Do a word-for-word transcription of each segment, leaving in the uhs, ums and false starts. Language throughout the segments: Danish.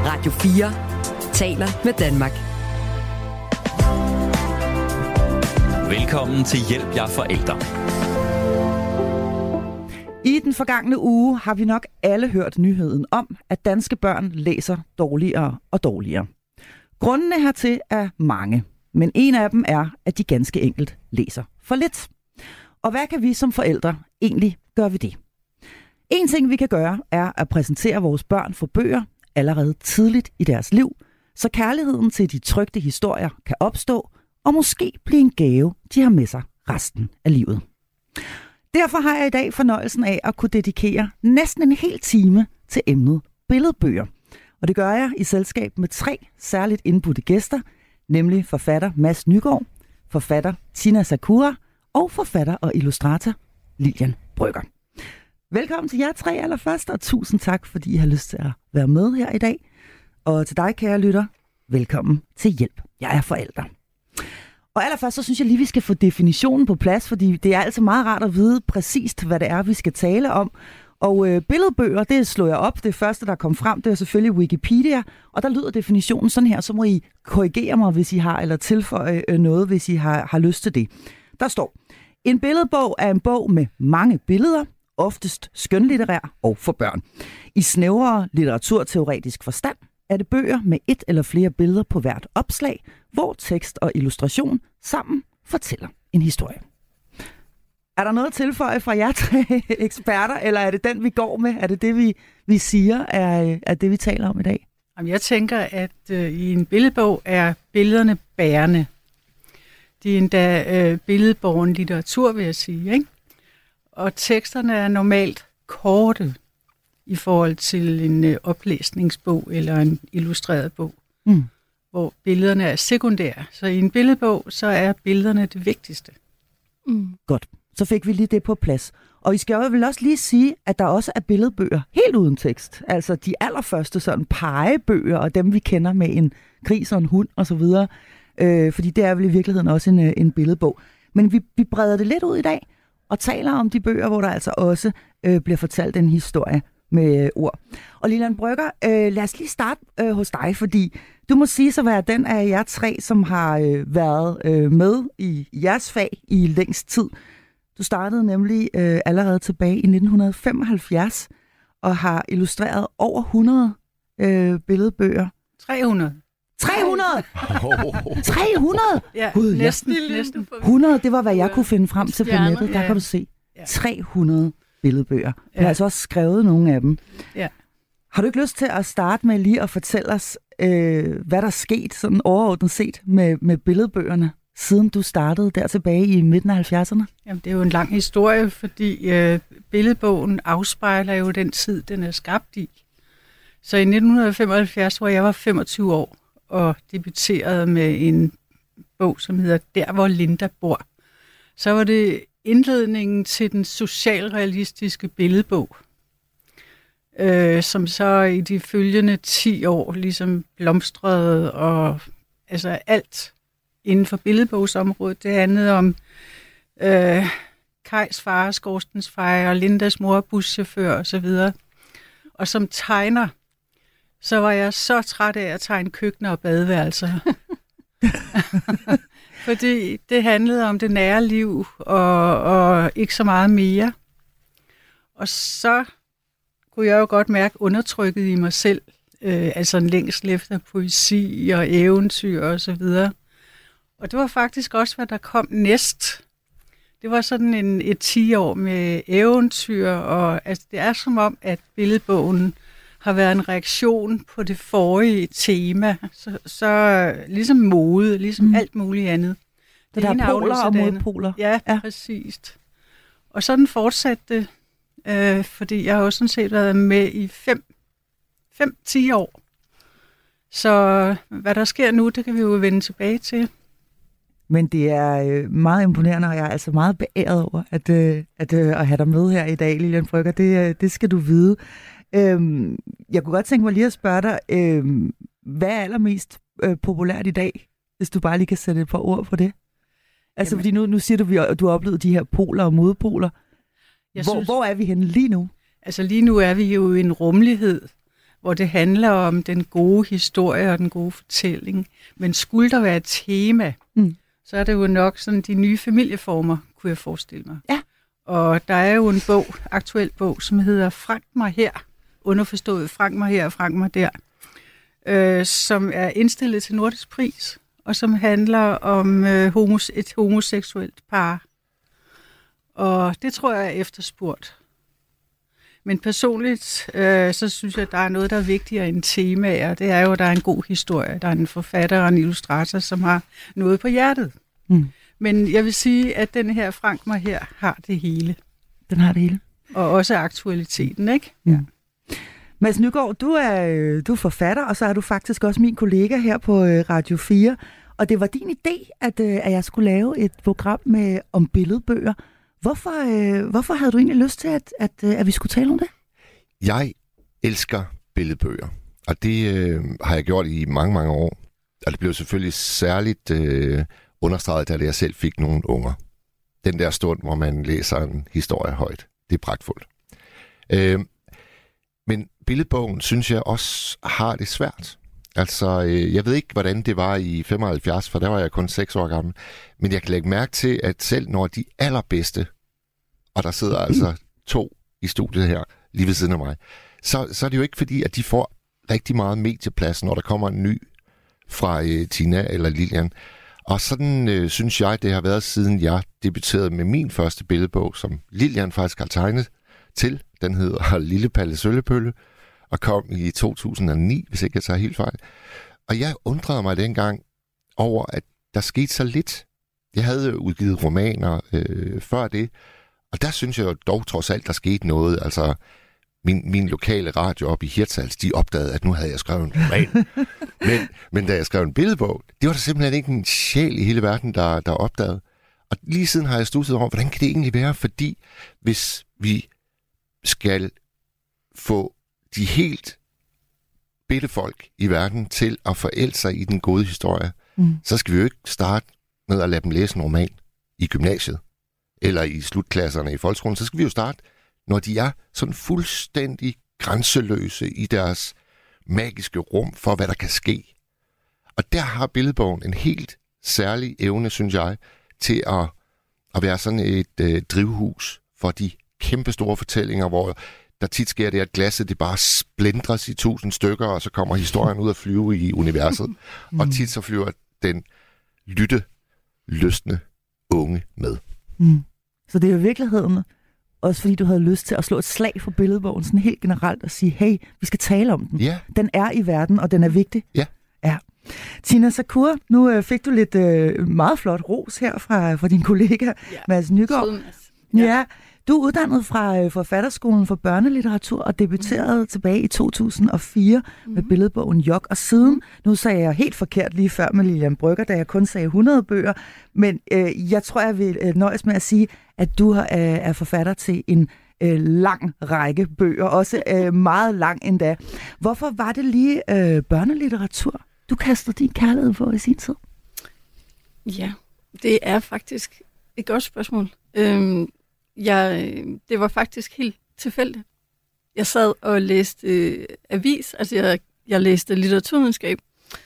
Radio fire taler med Danmark. Velkommen til Hjælp jer forældre. I den forgangne uge har vi nok alle hørt nyheden om, at danske børn læser dårligere og dårligere. Grundene hertil er mange, men en af dem er, at de ganske enkelt læser for lidt. Og hvad kan vi som forældre egentlig gøre ved det? En ting, vi kan gøre, er at præsentere vores børn for bøger allerede tidligt i deres liv, så kærligheden til de trykte historier kan opstå og måske blive en gave, de har med sig resten af livet. Derfor har jeg i dag fornøjelsen af at kunne dedikere næsten en hel time til emnet billedbøger. Og det gør jeg i selskab med tre særligt indbudte gæster, nemlig forfatter Mads Nygaard, forfatter Tina Sakura og forfatter og illustrator Lilian Brøgger. Velkommen til jer tre allerførst, og tusind tak, fordi I har lyst til at være med her i dag. Og til dig, kære lytter, velkommen til Hjælp. Jeg er forælder. Og allerførst, så synes jeg lige, vi skal få definitionen på plads, fordi det er altså meget rart at vide præcist, hvad det er, vi skal tale om. Og øh, billedbøger, det slår jeg op. Det første, der kom frem, det er selvfølgelig Wikipedia, og der lyder definitionen sådan her, så må I korrigere mig, hvis I har, eller tilføje øh, noget, hvis I har, har lyst til det. Der står, en billedbog er en bog med mange billeder, oftest skønlitterær og for børn. I snævrere litteraturteoretisk forstand er det bøger med et eller flere billeder på hvert opslag, hvor tekst og illustration sammen fortæller en historie. Er der noget at tilføje fra jer tre eksperter, eller er det den, vi går med? Er det det, vi, vi siger, er, er det, vi taler om i dag? Jeg tænker, at øh, i en billedbog er billederne bærende. Det er endda øh, billedbåren litteratur, vil jeg sige, ikke? Og teksterne er normalt korte i forhold til en øh, oplæsningsbog eller en illustreret bog, mm. hvor billederne er sekundære. Så i en billedbog, så er billederne det vigtigste. Mm. Godt. Så fik vi lige det på plads. Og I skal jo vel også lige sige, at der også er billedbøger helt uden tekst. Altså de allerførste sådan pegebøger, og dem vi kender med en gris og en hund osv. Øh, fordi det er vel i virkeligheden også en, en billedbog. Men vi, vi breder det lidt ud i dag, og taler om de bøger, hvor der altså også øh, bliver fortalt en historie med øh, ord. Og Lilian Brøgger, øh, lad os lige starte øh, hos dig, fordi du må sige så være den af jer tre, som har øh, været øh, med i jeres fag i længst tid. Du startede nemlig øh, allerede tilbage i nitten femoghalvfjerds og har illustreret over hundrede øh, billedbøger. tre hundrede. tre hundrede! tre hundrede! Ja, Gud, næsten, næsten. hundrede, det var, hvad jeg kunne finde frem til på nettet. Der ja. kan du se. Ja. tre hundrede billedbøger. Du ja. har altså også skrevet nogle af dem. Ja. Har du ikke lyst til at starte med lige at fortælle os, øh, hvad der er sket sådan overordnet set med, med billedbøgerne, siden du startede der tilbage i midten af halvfjerdserne? Jamen, det er jo en lang historie, fordi øh, billedbogen afspejler jo den tid, den er skabt i. Så i nitten femoghalvfjerds, hvor jeg var femogtyve år, og debuterede med en bog, som hedder Der, hvor Linda bor, så var det indledningen til den socialrealistiske billedbog, øh, som så i de følgende ti år ligesom blomstrede, og altså alt inden for billedbogsområdet. Det handlede om øh, Kajs far, skorstensfejer, og Lindas mor, buschauffør osv. Og som tegner, så var jeg så træt af at tegne køkkener og badeværelser. Fordi det handlede om det nære liv, og, og ikke så meget mere. Og så kunne jeg jo godt mærke undertrykket i mig selv, øh, altså en længsel efter poesi og eventyr og så videre. Og det var faktisk også, hvad der kom næst. Det var sådan en, et ti år med eventyr, og altså, det er som om, at billedbogen har været en reaktion på det forrige tema. Så, så ligesom mode, ligesom mm. alt muligt andet. Det der er poler og modpoler. Ja, ja, præcis. Og sådan fortsatte det, øh, fordi jeg har også sådan set været med i fem, fem, ti år. Så hvad der sker nu, det kan vi jo vende tilbage til. Men det er meget imponerende, og jeg er altså meget beæret over at, at, at, at have dig med her i dag, Lilian Brøgger. Det, det skal du vide. Øhm, jeg kunne godt tænke mig lige at spørge dig, øhm, hvad er allermest øh, populært i dag, hvis du bare lige kan sætte et par ord på det? Altså, Jamen. fordi nu, nu siger du, at du har oplevet de her poler og modpoler. Hvor, synes, hvor er vi henne lige nu? Altså lige nu er vi jo i en rummelighed, hvor det handler om den gode historie og den gode fortælling. Men skulle der være et tema, mm. så er det jo nok sådan de nye familieformer, kunne jeg forestille mig. Ja. Og der er jo en bog, aktuel bog, som hedder Frank mig her, underforstået Frank mig her og Frank mig der, øh, som er indstillet til Nordisk Pris, og som handler om øh, homos- et homoseksuelt par. Og det tror jeg er efterspurgt. Men personligt, øh, så synes jeg, at der er noget, der er vigtigere end temaer. Det er jo, at der er en god historie. Der er en forfatter og en illustrator, som har noget på hjertet. Mm. Men jeg vil sige, at den her Frank mig her har det hele. Den har det hele. Og også aktualiteten, ikke? Mm. Ja. Mads Nygaard, du er, du er forfatter, og så er du faktisk også min kollega her på Radio fire. Og det var din idé, at, at jeg skulle lave et program med, om billedbøger. Hvorfor, øh, hvorfor havde du egentlig lyst til, at, at, at vi skulle tale om det? Jeg elsker billedbøger, og det øh, har jeg gjort i mange, mange år. Og det blev selvfølgelig særligt øh, understreget, da jeg selv fik nogle unger. Den der stund, hvor man læser en historie højt. Det er pragtfuldt. Øh, men billedbogen, synes jeg også har det svært. Altså, øh, jeg ved ikke, hvordan det var i femoghalvfjerds, for der var jeg kun seks år gammel. Men jeg kan lægge mærke til, at selv når de allerbedste, og der sidder altså to i studiet her, lige ved siden af mig, så, så er det jo ikke fordi, at de får rigtig meget medieplads, når der kommer en ny fra øh, Tina eller Lilian. Og sådan øh, synes jeg, det har været, siden jeg debuterede med min første billedbog, som Lilian faktisk har tegnet til. Den hedder Lille Palle Søllepølle, og kom i to tusind og ni, hvis ikke jeg tager helt fejl. Og jeg undrede mig dengang over, at der skete så lidt. Jeg havde udgivet romaner øh, før det, og der synes jeg jo dog trods alt, der skete noget. Altså, min, min lokale radio op i Hirtshals, de opdagede, at nu havde jeg skrevet en roman. men, men da jeg skrev en billedbog, det var der simpelthen ikke en sjæl i hele verden, der, der opdagede. Og lige siden har jeg studset over, hvordan kan det egentlig være? Fordi hvis vi skal få de helt bitte folk i verden til at forelske sig i den gode historie, mm. så skal vi jo ikke starte med at lade dem læse en roman i gymnasiet, eller i slutklasserne i folkeskolen. Så skal vi jo starte, når de er sådan fuldstændig grænseløse i deres magiske rum for, hvad der kan ske. Og der har billedbogen en helt særlig evne, synes jeg, til at, at være sådan et øh, drivhus for de kæmpe store fortællinger, hvor der tit sker det, at glasset det bare splindres i tusind stykker, og så kommer historien ud at flyve i universet. Mm. Og tit så flyver den lytte, lystne unge med. Mm. Så det er jo i virkeligheden også fordi du havde lyst til at slå et slag for billedbogen sådan helt generelt og sige, hey, vi skal tale om den. Yeah. Den er i verden, og den er vigtig. Ja. Ja. Tina Sakur, nu øh, fik du lidt øh, meget flot ros her fra, fra din kollega, ja. Mads Nygaard. Ja. ja. Du er uddannet fra øh, Forfatterskolen for Børnelitteratur og debuterede mm. tilbage i to tusind og fire mm. med billedbogen Jok. Og siden, nu sagde jeg helt forkert lige før med Lilian Brygger, da jeg kun sagde hundrede bøger, men øh, jeg tror, jeg vil øh, nøjes med at sige, at du har, øh, er forfatter til en øh, lang række bøger, også øh, meget lang endda. Hvorfor var det lige øh, børnelitteratur, du kastede din kærlighed på i sin tid? Ja, det er faktisk et godt spørgsmål. Øhm Jeg, det var faktisk helt tilfældigt. Jeg sad og læste øh, avis, altså jeg, jeg læste litteraturvidenskab,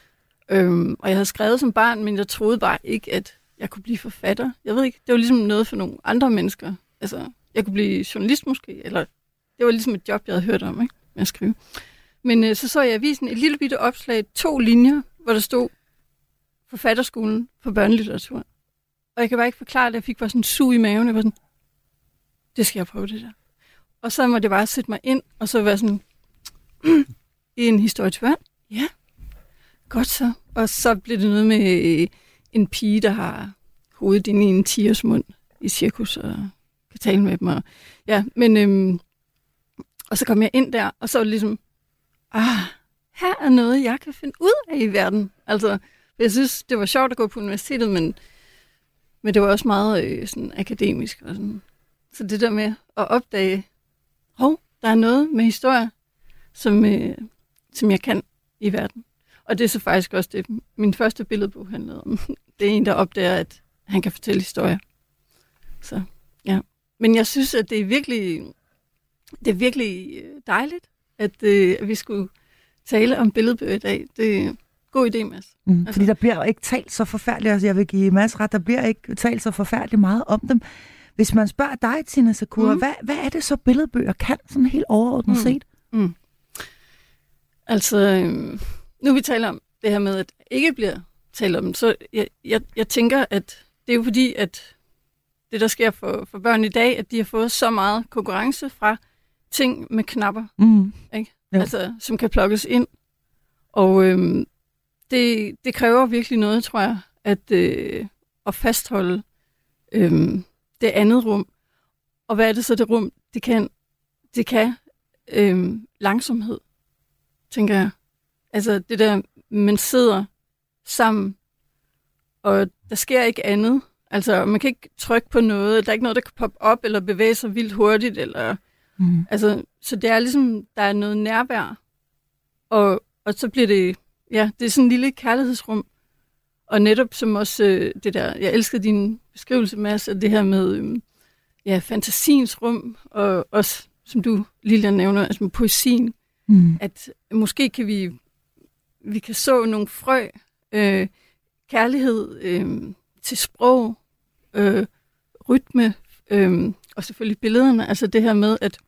øhm, og jeg havde skrevet som barn, men jeg troede bare ikke, at jeg kunne blive forfatter. Jeg ved ikke, det var ligesom noget for nogle andre mennesker. Altså, jeg kunne blive journalist måske, eller det var ligesom et job, jeg havde hørt om, ikke, med at skrive. Men øh, så så jeg i avisen et lille bitte opslag, to linjer, hvor der stod Forfatterskolen for Børnelitteratur. Og jeg kan bare ikke forklare det, jeg fik bare sådan en sug i maven, jeg var sådan, det skal jeg prøve det der. Og så må det bare sætte mig ind, og så være sådan, i en historie til børn. Ja, godt så. Og så bliver det noget med en pige, der har hovedet inde i en tigers mund i cirkus, og kan tale med dem. Og, ja, men, øhm, og så kom jeg ind der, og så var det ligesom, ah, her er noget, jeg kan finde ud af i verden. Altså, jeg synes, det var sjovt at gå på universitetet, men, men det var også meget øh, sådan akademisk og sådan. Så det der med at opdage, hov, der er noget med historie, som, øh, som jeg kan i verden. Og det er så faktisk også det, min første billedbog handlede om. Det er en, der opdager, at han kan fortælle historier. Så, ja. Men jeg synes, at det er virkelig, det er virkelig dejligt, at, øh, at vi skulle tale om billedbøger i dag. Det er en god idé, Mads. Mm, altså. Fordi der bliver ikke talt så forfærdeligt, altså jeg vil give Mads ret, der bliver ikke talt så forfærdeligt meget om dem. Hvis man spørger dig, Tina Sakura, mm. hvad, hvad er det så billedbøger kan, sådan helt overordnet mm. set? Mm. Altså, øhm, nu vi taler om det her med, at ikke bliver talt om, så jeg, jeg, jeg tænker, at det er jo fordi, at det, der sker for, for børn i dag, at de har fået så meget konkurrence fra ting med knapper, mm. ikke? Altså, som kan plukkes ind. Og øhm, det, det kræver virkelig noget, tror jeg, at, øh, at fastholde øhm, det andet rum. Og hvad er det så, det rum, det kan? Det kan øhm, langsomhed, tænker jeg. Altså det der, man sidder sammen, og der sker ikke andet. Altså man kan ikke trykke på noget, der er ikke noget, der kan poppe op, eller bevæge sig vildt hurtigt, eller... Mm. Altså, så det er ligesom, der er noget nærvær, og, og så bliver det, ja, det er sådan en lille kærlighedsrum. Og netop som også øh, det der, jeg elsker din beskrivelse, Mads, af det her med øh, ja, fantasiens rum, og også, som du, Lilian, nævner, altså med poesien, mm. at måske kan vi, vi kan så nogle frø, øh, kærlighed øh, til sprog, øh, rytme, øh, og selvfølgelig billederne, altså det her med, at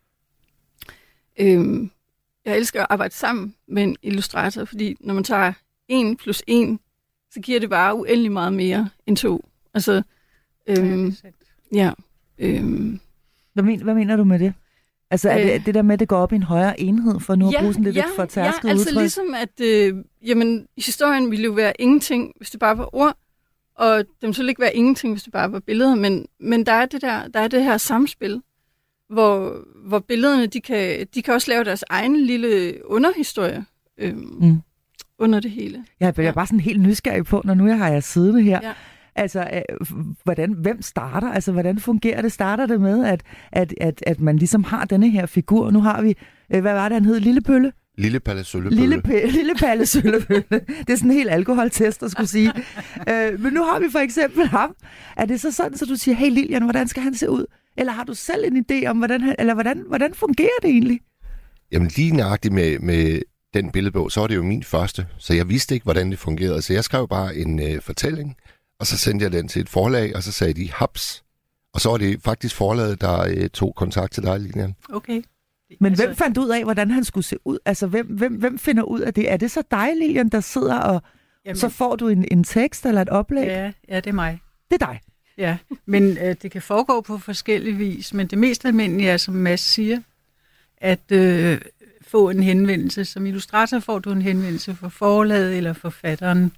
øh, jeg elsker at arbejde sammen med en illustrator, fordi når man tager en plus en, så giver det bare uendelig meget mere end to. Altså, øhm, ja. Øhm, hvad, men, hvad mener du med det? Altså, er det, øh, det der med, at det går op i en højere enhed, for nu at ja, bruge sådan lidt ja, et fortærsket ja, altså udtryk? ligesom, at øh, jamen, historien ville jo være ingenting, hvis det bare var ord, og den ville så ikke være ingenting, hvis det bare var billeder, men, men der, er det der, der er det her samspil, hvor, hvor billederne, de kan, de kan også lave deres egen lille underhistorie. Øhm, mm. Under det hele. Jeg bliver ja. bare sådan helt nysgerrig på, når nu jeg har jeg siddende her. Ja. Altså, øh, hvordan, hvem starter? Altså, hvordan fungerer det? Starter det med, at, at, at, at man ligesom har denne her figur? Nu har vi, øh, hvad var det, han hed? Lille Pølle? Lille Palle Søllepølle. Lille, p- Lille Palle Søllepølle. Det er sådan en helt alkoholtest, der skulle sige. øh, men nu har vi for eksempel ham. Er det så sådan, så du siger, hey Lilian, hvordan skal han se ud? Eller har du selv en idé om, hvordan, han, eller hvordan, hvordan fungerer det egentlig? Jamen lige nøjagtigt med... med den billedbog, så var det jo min første, så jeg vidste ikke, hvordan det fungerede. Så jeg skrev bare en øh, fortælling, og så sendte jeg den til et forlag, og så sagde de haps. Og så var det faktisk forlaget, der øh, tog kontakt til dig, Lilian. Okay. Men altså... hvem fandt ud af, hvordan han skulle se ud? Altså, hvem, hvem, hvem finder ud af det? Er det så dig, Lilian, der sidder, og Jamen... så får du en, en tekst eller et oplæg? Ja, ja, det er mig. Det er dig? Ja, men øh, det kan foregå på forskellige vis, men det mest almindelige er, som Mads siger, at... Øh, få en henvendelse. Som illustrator får du en henvendelse fra forlaget eller forfatteren.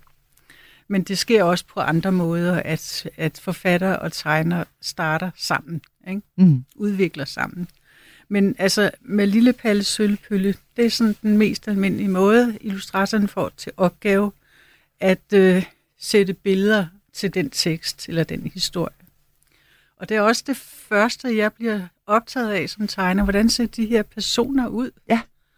Men det sker også på andre måder, at, at forfatter og tegner starter sammen, ikke? Mm. Udvikler sammen. Men altså med Lille Palle Søllepølle, det er sådan den mest almindelige måde, illustratoren får til opgave at øh, sætte billeder til den tekst eller den historie. Og det er også det første, jeg bliver optaget af som tegner. Hvordan ser de her personer ud? Ja.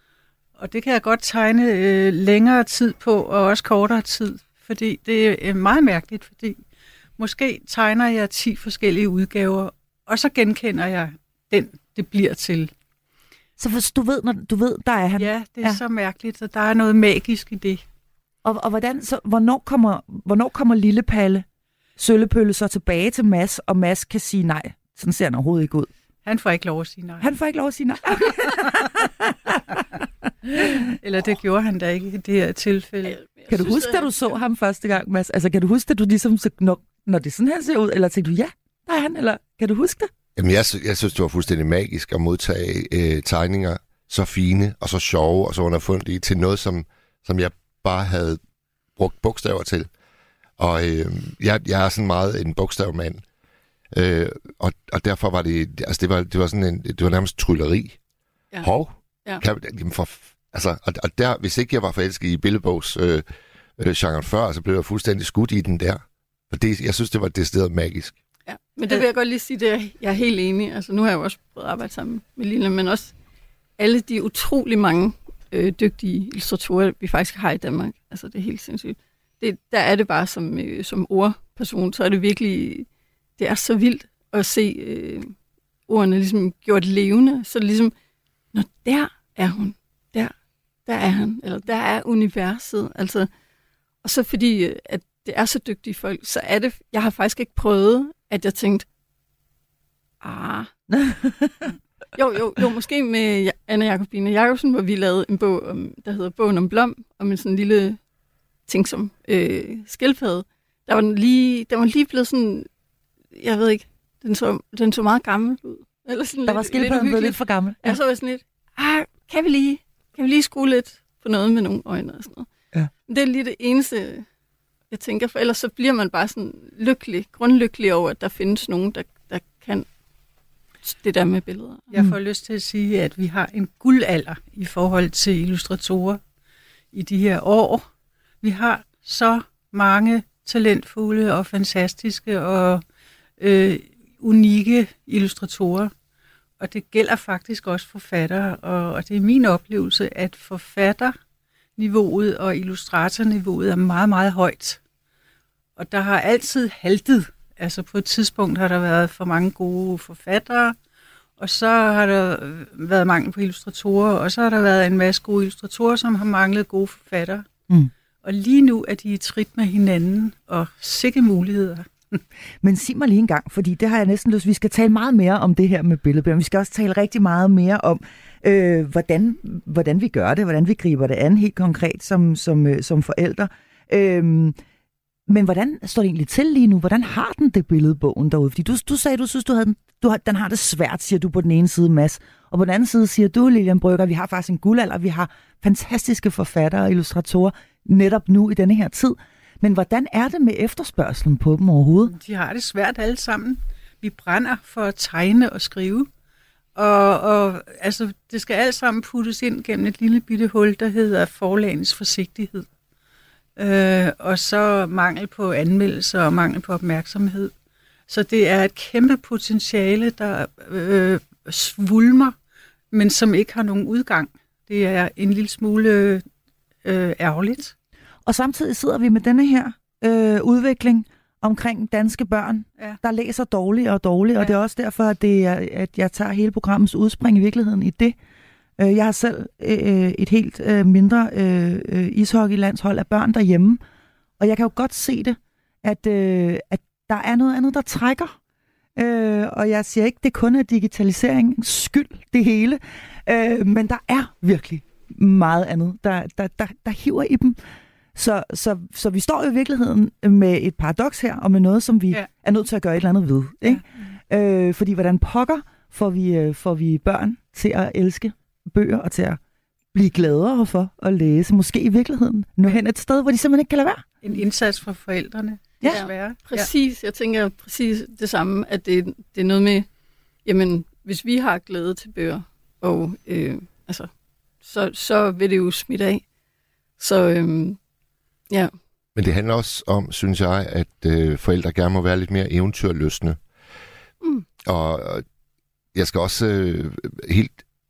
Og det kan jeg godt tegne øh, længere tid på, og også kortere tid, fordi det er meget mærkeligt, fordi måske tegner jeg ti forskellige udgaver, og så genkender jeg den, det bliver til. Så hvis du ved, når du ved, der er han? Ja, det er ja. så mærkeligt, og der er noget magisk i det. Og, og hvordan, så, hvornår, kommer, hvornår kommer Lille Palle Søllepølle så tilbage til Mads, og Mads kan sige nej? Sådan ser han overhovedet ikke ud. Han får ikke lov at sige nej. Han får ikke lov at sige nej. Eller det gjorde han da ikke i det her tilfælde. Jeg, jeg kan du huske, da du så ham første gang, Mads? Altså, kan du huske, at du ligesom, når, når det sådan her ser ud, eller tænkte du, ja, der er han, eller kan du huske det? Jamen, jeg, jeg synes, det var fuldstændig magisk at modtage øh, tegninger så fine, og så sjove, og så underfundige, til noget, som, som jeg bare havde brugt bogstaver til. Og øh, jeg, jeg er sådan meget en bogstavmand. Øh, og, og derfor var det, altså det var, det var sådan en, det var nærmest trylleri. Ja. Hov. Ja. Kan, jamen for, altså, og, og der, hvis ikke jeg var forelsket i billedbogs øh, øh, genren før, så blev jeg fuldstændig skudt i den der. Og det, jeg synes, det var decideret magisk. Ja, men det vil jeg godt lige sige, det er, jeg er helt enig. Altså nu har jeg jo også prøvet at arbejde sammen med Lilian, men også alle de utrolig mange øh, dygtige illustratorer, vi faktisk har i Danmark. Altså det er helt sindssygt. Det, der er det bare som, øh, som ordperson, så er det virkelig, det er så vildt at se øh, ordene ligesom gjort levende. Så det ligesom, når der er hun, der, der er han, eller der er universet. Altså, og så fordi, at det er så dygtige folk, så er det, jeg har faktisk ikke prøvet, at jeg tænkte, ah, jo, jo, jo, måske med Anna Jacobine Jacobsen, hvor vi lavede en bog, om, der hedder Bogen om Blom, om en sådan lille ting som øh, skildpadde. Der var den lige, der var lige blevet sådan, jeg ved ikke, den så, den så meget gammel ud. Eller sådan der var skildpadden blevet lidt for gammel. Ja. Jeg så var sådan lidt, ah, kan vi lige, kan vi lige skue lidt på noget med nogle øjne og sådan noget. Ja. Det er lige det eneste, jeg tænker, for ellers så bliver man bare sådan lykkelig, grundlykkelig over, at der findes nogen, der, der kan det der med billeder. Jeg får lyst til at sige, at vi har en guldalder i forhold til illustratorer i de her år. Vi har så mange talentfulde og fantastiske og øh, unikke illustratorer. Og det gælder faktisk også forfattere. Og, og det er min oplevelse, at forfatterniveauet og illustratorniveauet er meget, meget højt. Og der har altid haltet. Altså på et tidspunkt har der været for mange gode forfattere, og så har der været mangel på illustratorer, og så har der været en masse gode illustratorer, som har manglet gode forfattere. Mm. Og lige nu er de i trit med hinanden, og sikke muligheder. Men sig mig lige en gang, fordi det har jeg næsten lyst. Vi skal tale meget mere om det her med billedbøger. Vi skal også tale rigtig meget mere om, øh, hvordan, hvordan vi gør det, hvordan vi griber det an helt konkret som, som, som forældre. Øh, Men hvordan står det egentlig til lige nu? Hvordan har den det billedbogen derude? Fordi du, du sagde, du synes, du havde den, du har, den har det svært, siger du på den ene side, Mads. Og på den anden side siger du, Lilian Brøgger, vi har faktisk en guldalder, vi har fantastiske forfattere og illustratorer netop nu i denne her tid. Men hvordan er det med efterspørgselen på dem overhovedet? De har det svært alle sammen. Vi brænder for at tegne og skrive. Og, og altså, det skal alt sammen puttes ind gennem et lille bitte hul, der hedder forlagens forsigtighed. Øh, og så mangel på anmeldelser og mangel på opmærksomhed. Så det er et kæmpe potentiale, der øh, svulmer, men som ikke har nogen udgang. Det er en lille smule øh, ærgerligt. Og samtidig sidder vi med denne her øh, udvikling omkring danske børn, ja. Der læser dårligt og dårligt, ja. Og det er også derfor, at, det er, at jeg tager hele programmets udspring i virkeligheden i det. Jeg har selv øh, et helt øh, mindre øh, ishockeylandshold af børn derhjemme, og jeg kan jo godt se det, at, øh, at der er noget andet, der trækker. Øh, og jeg siger ikke, det kun er digitaliseringens skyld, det hele, øh, men der er virkelig meget andet, der, der, der, der hiver i dem. Så, så, så vi står jo i virkeligheden med et paradoks her, og med noget, som vi ja. er nødt til at gøre et eller andet ved. Ikke? Ja. Øh, fordi hvordan pokker får vi, får vi børn til at elske bøger og til at blive gladere for at læse, måske i virkeligheden nå hen et sted, hvor de simpelthen ikke kan lade være. En indsats fra forældrene, ja, desværre. Præcis, jeg tænker præcis det samme, at det, det er noget med, jamen, hvis vi har glæde til bøger, og øh, altså, så, så vil det jo smitte af. Så øh, ja. Men det handler også om, synes jeg, at øh, forældre gerne må være lidt mere eventyrlystne. Mm. Og jeg skal også øh, helt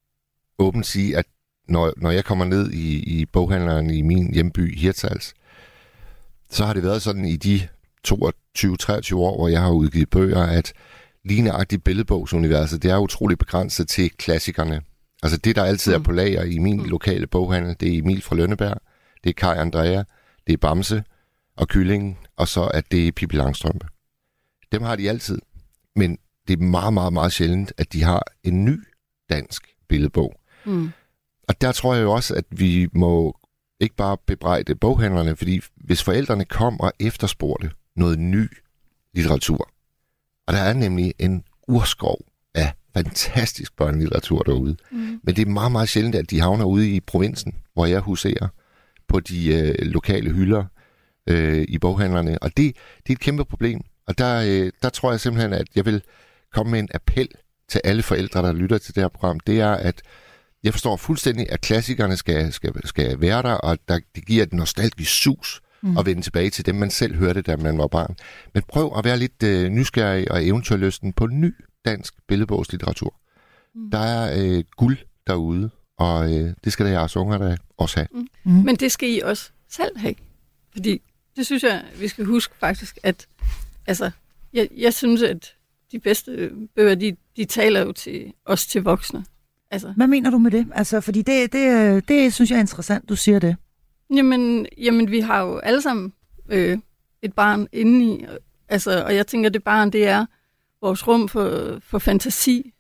åbent sige, at når, når jeg kommer ned i, i boghandleren i min hjemby, Hirtshals, så har det været sådan i de toogtyve til treogtyve år, hvor jeg har udgivet bøger, at lige nøjagtigt billedbogsuniverset, det er utroligt begrænset til klassikerne. Altså det, der altid mm. er på lager i min mm. lokale boghandel, det er Emil fra Lønneberg, det er Kai Andrea, det er Bamse og Kyllingen, og så er det Pippi Langstrømpe. Dem har de altid, men det er meget, meget, meget sjældent, at de har en ny dansk billedbog. Mm. Og der tror jeg jo også, at vi må ikke bare bebrejde boghandlerne, fordi hvis forældrene kom og efterspurgte noget ny litteratur, og der er nemlig en urskov af fantastisk børnelitteratur derude, mm. men det er meget, meget sjældent, at de havner ude i provinsen, hvor jeg huserer på de øh, lokale hylder øh, i boghandlerne, og det, det er et kæmpe problem. Og der, øh, der tror jeg simpelthen, at jeg vil komme med en appel til alle forældre, der lytter til det her program. Det er, at jeg forstår fuldstændig, at klassikerne skal, skal, skal være der, og der, det giver et nostalgisk sus mm. at vende tilbage til dem, man selv hørte, da man var barn. Men prøv at være lidt øh, nysgerrig og eventyrlysten på ny dansk billedbogslitteratur. Mm. Der er øh, guld derude, og øh, det skal da jeres unger der også have. Mm. Mm. Men det skal I også selv have. Fordi det synes jeg, vi skal huske faktisk, at altså, jeg, jeg synes, at de bedste bøger, de, de taler jo til os til voksne. Altså. Hvad mener du med det? Altså, fordi det, det, det synes jeg er interessant, du siger det. Jamen, jamen vi har jo alle sammen øh, et barn indeni, altså, og jeg tænker, at det barn, det er vores rum for, for fantasi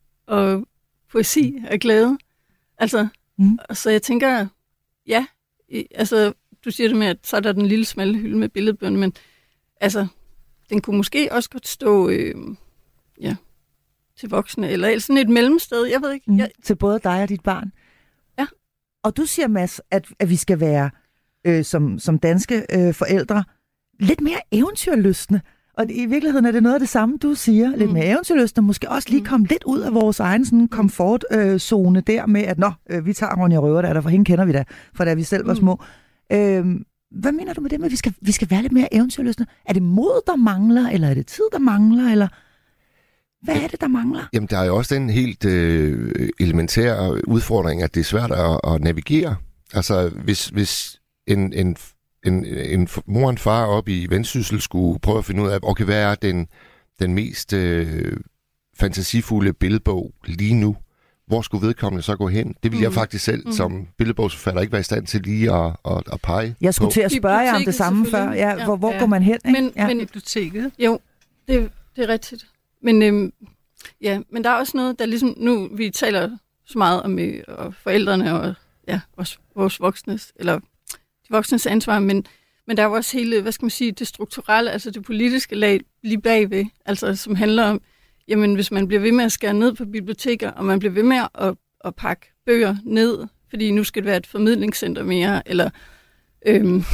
og poesi og glæde. Altså, mm. så jeg tænker, ja, i, altså, du siger det med, at så er der den lille smalle hylde med billedbøger, men altså, den kunne måske også godt stå, øh, ja, til voksne, eller sådan et mellemsted, jeg ved ikke. Mm. Jeg... Til både dig og dit barn. Ja. Og du siger, Mads, at, at vi skal være, øh, som, som danske øh, forældre, lidt mere eventyrlystne. Og det, i virkeligheden er det noget af det samme, du siger. Lidt mm. mere eventyrlystne. Måske også lige komme lidt ud af vores egen sådan, komfortzone øh, der med, at nå, øh, vi tager Ronja Røver der, for hende kender vi da, fra da vi selv var små. Mm. Øh, hvad mener du med det med, at vi skal, vi skal være lidt mere eventyrlystne? Er det mod, der mangler, eller er det tid, der mangler, eller... Hvad er det, der mangler? Jamen, der er jo også den helt øh, elementære udfordring, at det er svært at, at navigere. Altså, hvis, hvis en, en, en, en mor og en far op i Vendsyssel skulle prøve at finde ud af, okay, hvad er den, den mest øh, fantasifulde billedbog lige nu? Hvor skulle vedkommende så gå hen? Det vil mm. jeg faktisk selv mm. som billedbogsforfatter ikke være i stand til lige at, at, at pege Jeg skulle på. til at spørge jer om det samme før. Ja, ja. Hvor, hvor ja. går man hen? Ikke? Men, ja. men biblioteket. Jo, det, det er rigtigt. Men, øhm, ja, men der er også noget, der ligesom, nu vi taler så meget om øh, og forældrene og ja, vores, vores voksnes, eller de voksnes ansvar, men, men der er jo også hele, hvad skal man sige, det strukturelle, altså det politiske lag lige bagved, altså som handler om, jamen hvis man bliver ved med at skære ned på biblioteker, og man bliver ved med at, at pakke bøger ned, fordi nu skal det være et formidlingscenter mere, eller øhm,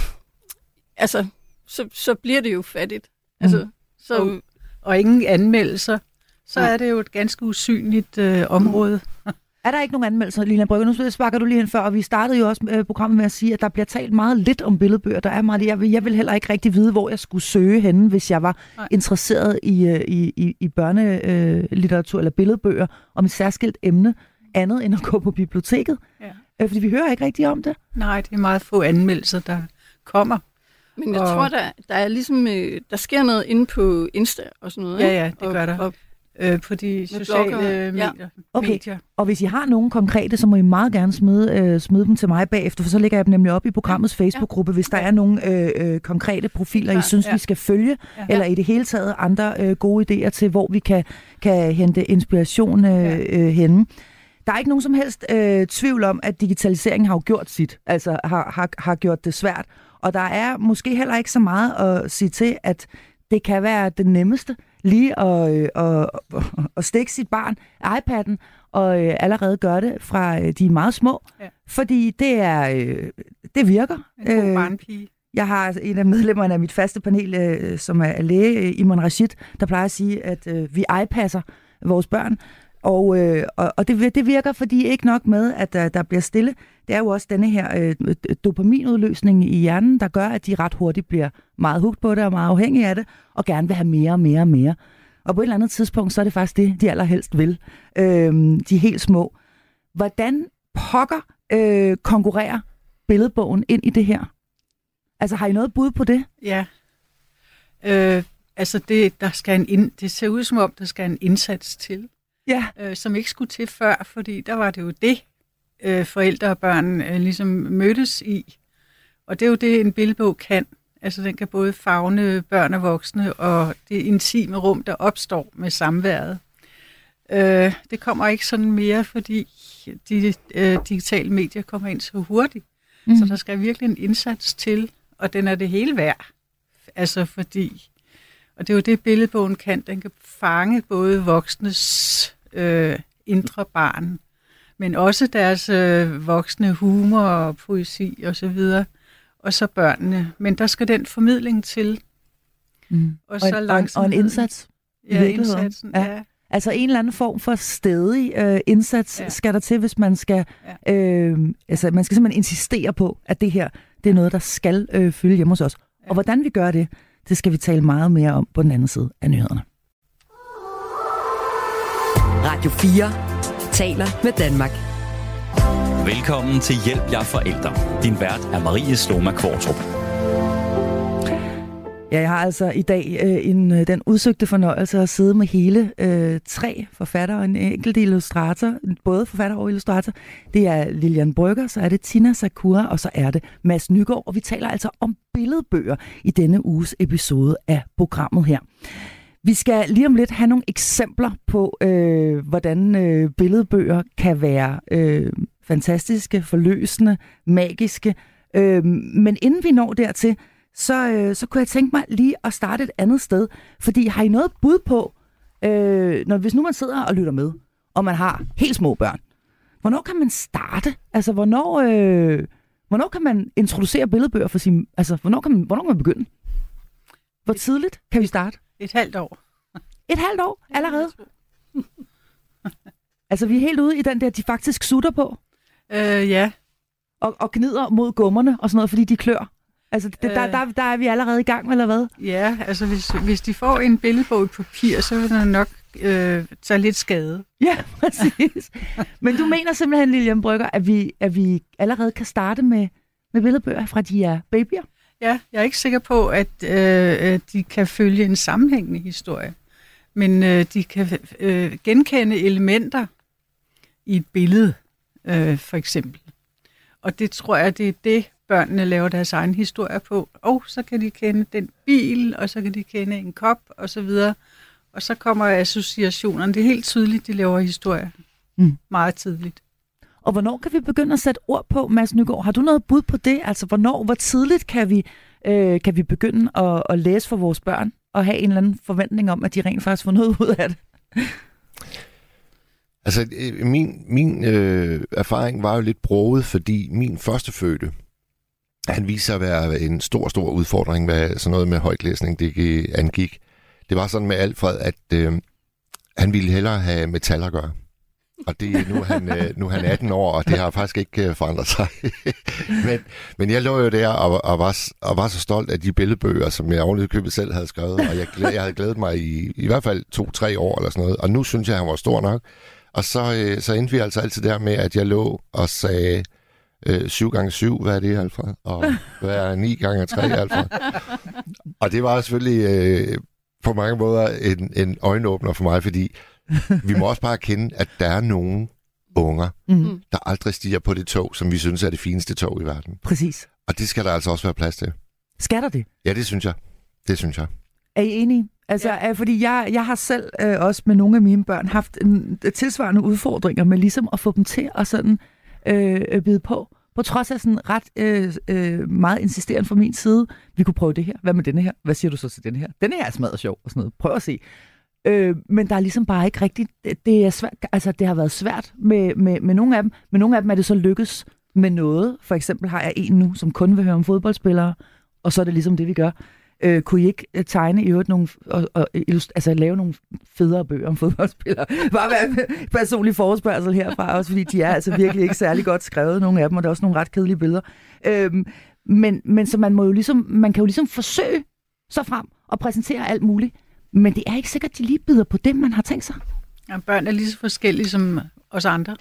altså, så, så bliver det jo fattigt. Altså, mm. så... Og, og ingen anmeldelser, så er det jo et ganske usynligt øh, område. Er der ikke nogen anmeldelser, Lina Brygger? Nu sparker du lige ind før, og vi startede jo også øh, programmet med at sige, at der bliver talt meget lidt om billedbøger. Der er meget, jeg, vil, jeg vil heller ikke rigtig vide, hvor jeg skulle søge henne, hvis jeg var Nej. interesseret i, øh, i, i, i børnelitteratur øh, eller billedbøger om et særskilt emne, andet end at gå på biblioteket. Ja. Øh, fordi vi hører ikke rigtig om det. Nej, det er meget få anmeldelser, der kommer. Men jeg og... tror, der, der er ligesom, øh, der sker noget inde på Insta og sådan noget. Ja, ja, det og, gør der. Og, øh, på de sociale medier. Ja. Okay, medier. Og hvis I har nogen konkrete, så må I meget gerne smide, øh, smide dem til mig bagefter, for så lægger jeg dem nemlig op i programmets Facebook-gruppe, hvis der er nogle øh, øh, konkrete profiler, ja, I synes, ja. vi skal følge, ja. eller i det hele taget andre øh, gode idéer til, hvor vi kan, kan hente inspiration øh, ja. øh, henne. Der er ikke nogen som helst øh, tvivl om, at digitaliseringen har jo gjort sit, altså har, har, har gjort det svært. Og der er måske heller ikke så meget at sige til, at det kan være det nemmeste lige at, øh, at, at stikke sit barn iPad'en og øh, allerede gøre det fra øh, de er meget små. Ja. Fordi det er øh, det virker. En god barnpige. Jeg har en af medlemmerne af mit faste panel, øh, som er læge, Iman Rashid, der plejer at sige, at øh, vi iPasser vores børn. Og, øh, og det, det virker, fordi ikke nok med, at der, der bliver stille. Det er jo også denne her øh, dopaminudløsning i hjernen, der gør, at de ret hurtigt bliver meget hugt på det og meget afhængige af det, og gerne vil have mere og mere og mere. Og på et eller andet tidspunkt, så er det faktisk det, de allerhelst vil. Øh, de helt små. Hvordan pokker øh, konkurrerer billedbogen ind i det her? Altså, har I noget bud på det? Ja. Øh, altså, det, der skal en ind, det ser ud som om, der skal en indsats til. Ja. Øh, som ikke skulle til før, fordi der var det jo det, øh, forældre og børn øh, ligesom mødtes i. Og det er jo det, en billedbog kan. Altså den kan både favne børn og voksne, og det intime rum, der opstår med samværet. Øh, det kommer ikke sådan mere, fordi de øh, digitale medier kommer ind så hurtigt. Mm. Så der skal virkelig en indsats til, og den er det hele værd. Altså fordi... Og det er jo det, billedbogen kan. Den kan fange både voksnes øh, indre barn, men også deres øh, voksne humor og poesi og så videre, og så børnene. Men der skal den formidling til. Mm. Og, så og, en, og en indsats. Ja, indsatsen, ja. ja. Altså en eller anden form for stædig øh, indsats ja. skal der til, hvis man skal, ja. øh, altså man skal simpelthen insistere på, at det her, det er noget, der skal øh, fylde hjemme hos os. Ja. Og hvordan vi gør det, det skal vi tale meget mere om på den anden side af nyhederne. Radio fire taler med Danmark. Velkommen til Hjælp jer forældre. Din vært er Marie Sloma Kvartrup. Ja, jeg har altså i dag øh, en, øh, den udsøgte fornøjelse at sidde med hele øh, tre forfattere og en enkelt illustrator, både forfatter og illustrator. Det er Lilian Brøgger, så er det Tina Sakura, og så er det Mads Nygaard, og vi taler altså om billedbøger i denne uges episode af programmet her. Vi skal lige om lidt have nogle eksempler på, øh, hvordan øh, billedbøger kan være øh, fantastiske, forløsende, magiske. Øh, men inden vi når dertil, så, øh, så kunne jeg tænke mig lige at starte et andet sted. Fordi har I noget bud på, øh, når, hvis nu man sidder og lytter med, og man har helt små børn, hvornår kan man starte? Altså, hvornår, øh, hvornår kan man introducere billedbøger for sin... Altså, hvornår kan man, hvornår kan man begynde? Hvor tidligt kan vi starte? Et halvt år. Et halvt år allerede? Altså, vi er helt ude i den der, de faktisk sutter på? Øh, ja. Og, og gnider mod gummerne og sådan noget, fordi de klør? Altså, det, øh, der, der, der er vi allerede i gang, eller hvad? Ja, altså hvis, hvis de får en billedbog i papir, så vil der nok øh, tage lidt skade. Ja, præcis. Men du mener simpelthen, Lilian Brøgger, at vi, at vi allerede kan starte med, med billedbøger, fra de er babyer? Ja, jeg er ikke sikker på, at øh, de kan følge en sammenhængende historie. Men øh, de kan øh, genkende elementer i et billede, øh, for eksempel. Og det tror jeg, det er det, børnene laver deres egen historie på. Og så kan de kende den bil, og så kan de kende en kop, og så videre. Og så kommer associationerne. Det er helt tydeligt, de laver historie. Mm. Meget tidligt. Og hvornår kan vi begynde at sætte ord på, Mads Nygaard? Har du noget bud på det? Altså, hvornår, hvor tidligt kan vi, øh, kan vi begynde at, at læse for vores børn, og have en eller anden forventning om, at de rent faktisk får noget ud af det? Altså, min, min øh, erfaring var jo lidt broget, fordi min førstefødte, han viser sig at være en stor, stor udfordring, hvad sådan noget med højtlæsning det angik. Det var sådan med Alfred, at øh, han ville hellere have metal at gøre. Og det, nu, er han, øh, nu er han atten år, og det har faktisk ikke forandret sig. men, men jeg lå jo der og, og, var, og var så stolt af de billedbøger, som jeg ovenikøbet købet selv havde skrevet. Og jeg, glæd, jeg havde glædet mig i, i hvert fald to-tre år eller sådan noget. Og nu synes jeg, at han var stor nok. Og så, øh, så endte vi altså altid der med, at jeg lå og sagde øh, syv gange syv, hvad er det, Alfred? Og hvad er ni gange tre, Alfred? Og det var selvfølgelig øh, på mange måder en, en øjenåbner for mig, fordi vi må også bare erkende, at der er nogle unger, mm. der aldrig stiger på det tog, som vi synes er det fineste tog i verden. Præcis. Og det skal der altså også være plads til. Skal der det? Ja, det synes jeg. Det synes jeg. Er I enige? Altså, ja. Fordi jeg, jeg har selv øh, også med nogle af mine børn haft en, tilsvarende udfordringer med ligesom at få dem til at sådan øh, bide på. På trods af sådan ret øh, øh, meget insisterende fra min side. Vi kunne prøve det her. Hvad med denne her? Hvad siger du så til denne her? Denne her er smadret sjov og sådan noget. Prøv at se. Øh, men der er ligesom bare ikke rigtigt... Det, det, er svært, altså, det har været svært med, med, med nogle af dem. Med nogle af dem er det så lykkes med noget. For eksempel har jeg en nu, som kun vil høre om fodboldspillere. Og så er det ligesom det, vi gør. Øh, kunne I ikke tegne i øvrigt nogle, og, og illust- altså lave nogle federe bøger om fodboldspillere? Bare være personlig forespørgsel herfra, også fordi de er altså virkelig ikke særlig godt skrevet, nogle af dem, og der er også nogle ret kedelige billeder. Øhm, men, men så man må jo ligesom, man kan jo ligesom forsøge sig frem og præsentere alt muligt, men det er ikke sikkert, at de lige bider på det, man har tænkt sig. Ja, børn er lige så forskellige som os andre.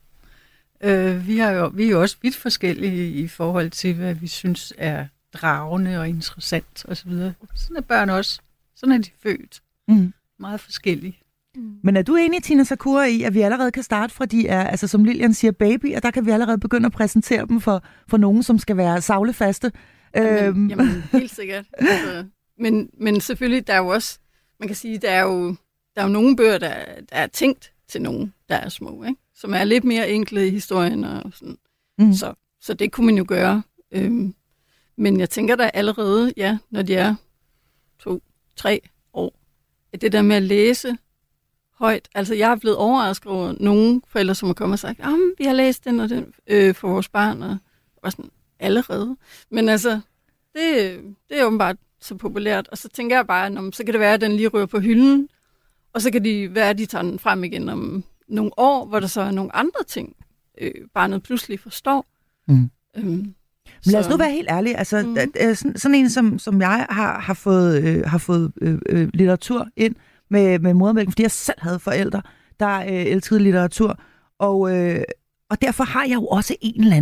Øh, vi, har jo, vi er jo også vidt forskellige i forhold til, hvad vi synes er dragende og interessant osv. Sådan er børn også. Sådan er de født. Mm. Meget forskellige. Mm. Men er du enig, Tina Sakura, i, at vi allerede kan starte fra de er, altså som Lilian siger, baby, og der kan vi allerede begynde at præsentere dem for, for nogen, som skal være savlefaste? Jamen, øhm. jamen helt sikkert. Altså, men, men selvfølgelig, der er jo også, man kan sige, der er jo, der er jo nogle bøger, der, der er tænkt til nogen, der er små, ikke? Som er lidt mere enkle i historien og sådan. Mm. Så, så det kunne man jo gøre. Øhm, Men jeg tænker da allerede, ja, når de er to, tre år, at det der med at læse højt, altså jeg er blevet overrasket over nogle forældre, som har kommet og sagt, at vi har læst den og den øh, for vores barn, og var sådan, allerede. Men altså, det, det er åbenbart så populært, og så tænker jeg bare, at så kan det være, at den lige rører på hylden, og så kan de være, at de tager den frem igen om nogle år, hvor der så er nogle andre ting, øh, barnet pludselig forstår. Mm. Øhm, Men lad os nu være helt ærlige. Altså, mm. sådan, sådan en, som, som jeg har, har fået, øh, har fået øh, øh, litteratur ind med, med modermælken, fordi jeg selv havde forældre, der øh, elskede litteratur. Og, øh, og derfor har jeg jo også en eller anden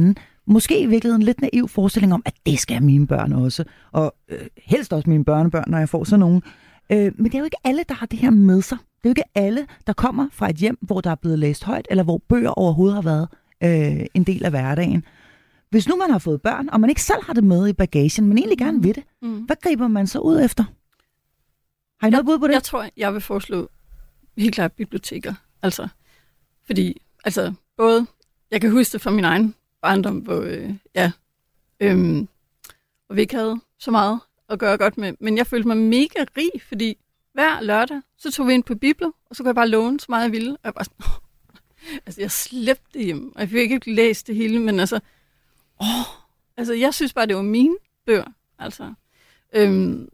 måske i virkeligheden en lidt naiv forestilling om, at det skal mine børn også, og øh, helst også mine børnebørn, når jeg får sådan nogen. Øh, men det er jo ikke alle, der har det her med sig. Det er jo ikke alle, der kommer fra et hjem, hvor der er blevet læst højt, eller hvor bøger overhovedet har været øh, en del af hverdagen. Hvis nu man har fået børn, og man ikke selv har det med i bagagen, men egentlig gerne vil det, mm. hvad griber man så ud efter? Har I noget bud på det? Jeg tror, jeg vil foreslå helt klart biblioteker. Altså, fordi, altså, både, jeg kan huske det fra min egen barndom, hvor, øh, ja, øhm, hvor vi ikke havde så meget at gøre godt med, men jeg følte mig mega rig, fordi hver lørdag, så tog vi ind på Bibelen, og så kunne jeg bare låne så meget jeg ville, og jeg bare sådan, oh. altså, jeg slæbte det hjem, og jeg fik ikke læst det hele, men altså, åh, altså, jeg synes bare, det var mine bøger, altså, øhm,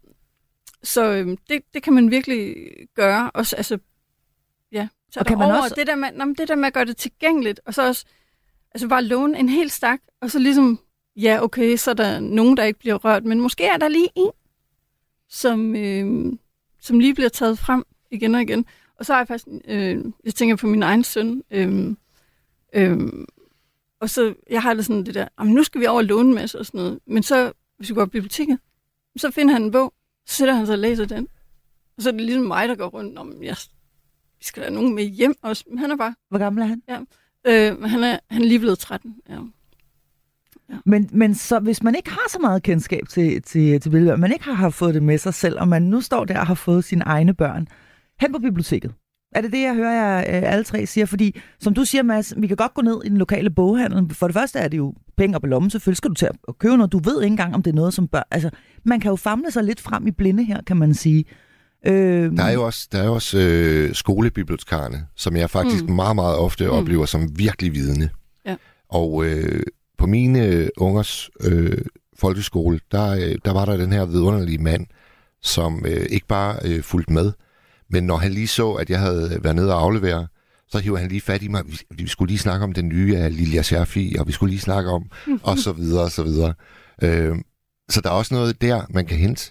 så øhm, det, det kan man virkelig gøre, også, altså, ja, så kan man også... det, der med, nå, det der med at gøre det tilgængeligt, og så også, altså bare låne en hel stak, og så ligesom, ja, okay, så er der nogen, der ikke bliver rørt, men måske er der lige en, som, øh, som lige bliver taget frem igen og igen. Og så har jeg faktisk, øh, jeg tænker på min egen søn, øh, øh, og så, jeg har det sådan det der, nu skal vi over og låne en masse og sådan noget, men så, hvis vi går på biblioteket, så finder han en bog, så sætter han sig og læser den, og så er det ligesom mig, der går rundt om, ja, vi skal da have nogen med hjem også, men han er bare... Hvor gammel er han? Ja, øh, han, er, han er lige blevet tretten, ja. Ja. Men, men så hvis man ikke har så meget kendskab til, til, til billeder, man ikke har, har fået det med sig selv, og man nu står der og har fået sine egne børn, hen på biblioteket. Er det det, jeg hører jer alle tre siger? Fordi, som du siger, Mads, vi kan godt gå ned i den lokale boghandel. For det første er det jo penge op i lommen. Selvfølgelig skal du til at købe noget. Du ved ikke engang, om det er noget, som børn... Altså, man kan jo famle sig lidt frem i blinde her, kan man sige. Øh... Der er jo også, der er jo også øh, skolebibliotekarerne, som jeg faktisk mm. meget, meget ofte mm. oplever som virkelig vidende. Ja. Og... Øh, På mine ungers øh, folkeskole, der, der var der den her vidunderlige mand, som øh, ikke bare øh, fulgte med, men når han lige så, at jeg havde været nede og aflevere, så hiver han lige fat i mig. Vi, vi skulle lige snakke om den nye af Lilja Scherfi, og vi skulle lige snakke om, og så videre, og så videre. Øh, så der er også noget der, man kan hente.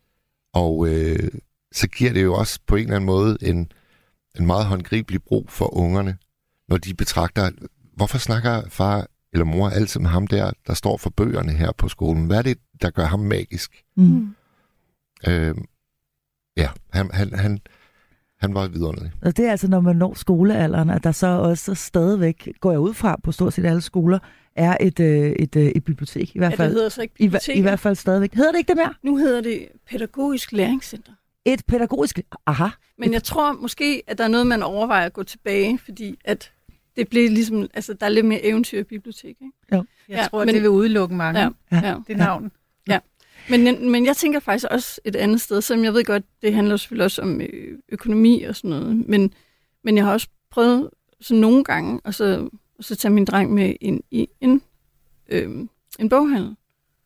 Og øh, så giver det jo også på en eller anden måde en, en meget håndgribelig brug for ungerne, når de betragter, hvorfor snakker far eller mor altid med ham der, der står for bøgerne her på skolen. Hvad er det, der gør ham magisk? Mm. Øh, ja, han, han, han, han var vidunderlig. Og det er altså, når man når skolealderen, at der så også stadigvæk, går jeg ud fra på stort set alle skoler, er et, et, et, et bibliotek. I hvert fald, ja, det hedder så ikke bibliotek. I, I hvert fald stadigvæk. Hedder det ikke det mere? Nu hedder det pædagogisk læringscenter. Et pædagogisk... Aha. Men jeg tror måske, at der er noget, man overvejer at gå tilbage, fordi at det bliver ligesom, altså der er lidt mere eventyr i bibliotek, ikke? Jo. Jeg ja, tror, men, det vil udelukke mange. Ja, ja, det navn. Ja. Men, men jeg tænker faktisk også et andet sted, som jeg ved godt, det handler selvfølgelig også om økonomi og sådan noget, men, men jeg har også prøvet så nogle gange, og så, og så tage min dreng med ind i en, øh, en boghandel.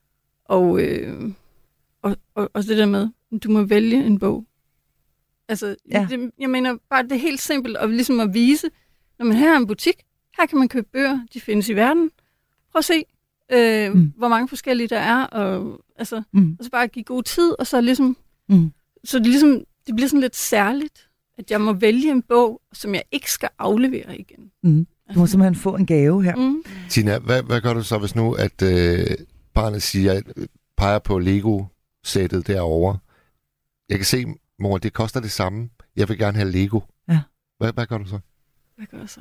Og, øh, og, og, og det der med, du må vælge en bog. Altså, ja. det, jeg mener bare, det er helt simpelt, og ligesom at vise, når man her er en butik, her kan man købe bøger, de findes i verden. Prøv at se, øh, mm. hvor mange forskellige der er, og, altså, mm. og så bare give god tid, og så ligesom, mm. så det, ligesom, det bliver sådan lidt særligt, at jeg må vælge en bog, som jeg ikke skal aflevere igen. Mm. Du må simpelthen få en gave her. Mm. Tina, hvad, hvad gør du så, hvis nu, at øh, barnet siger, peger på Lego-sættet derovre? Jeg kan se, mor, det koster det samme. Jeg vil gerne have Lego. Ja. Hvad, hvad gør du så? Hvad gør jeg så?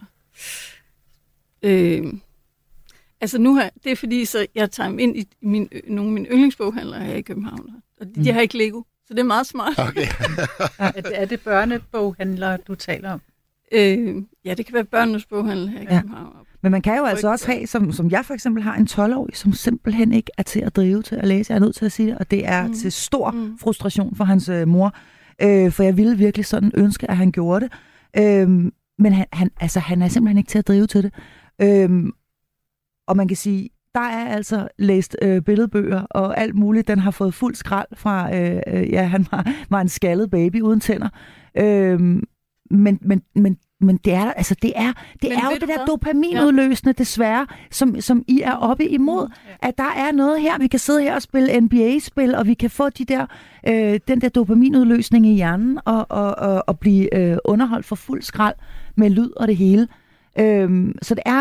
Øh, altså nu her, det er fordi, så jeg tager dem ind i min, nogle af mine yndlingsboghandlere her i København. Og de, mm. de har ikke Lego, så det er meget smart. Okay. er, det, er det børneboghandlere, du taler om? Øh, ja, det kan være børnenes boghandler her i ja. København. Men man kan jo altså også have, som, som jeg for eksempel har, en tolv-årig, som simpelthen ikke er til at drive til at læse. Jeg er nødt til at sige det, og det er mm. til stor mm. frustration for hans øh, mor. Øh, for jeg ville virkelig sådan ønske, at han gjorde det. Øh, men han, han, altså, han er simpelthen ikke til at drive til det. Øh, og man kan sige, der er altså læst øh, billedbøger og alt muligt. Den har fået fuld skrald fra, øh, øh, ja, han var, var en skaldet baby uden tænder. Øh, men, men, men Men det er, altså det er, det er jo det der dopaminudløsende, ja. desværre, som, som I er oppe imod. Ja. At der er noget her, vi kan sidde her og spille N B A-spil, og vi kan få de der, øh, den der dopaminudløsning i hjernen, og, og, og, og blive øh, underholdt for fuld skrald med lyd og det hele. Øh, så det er,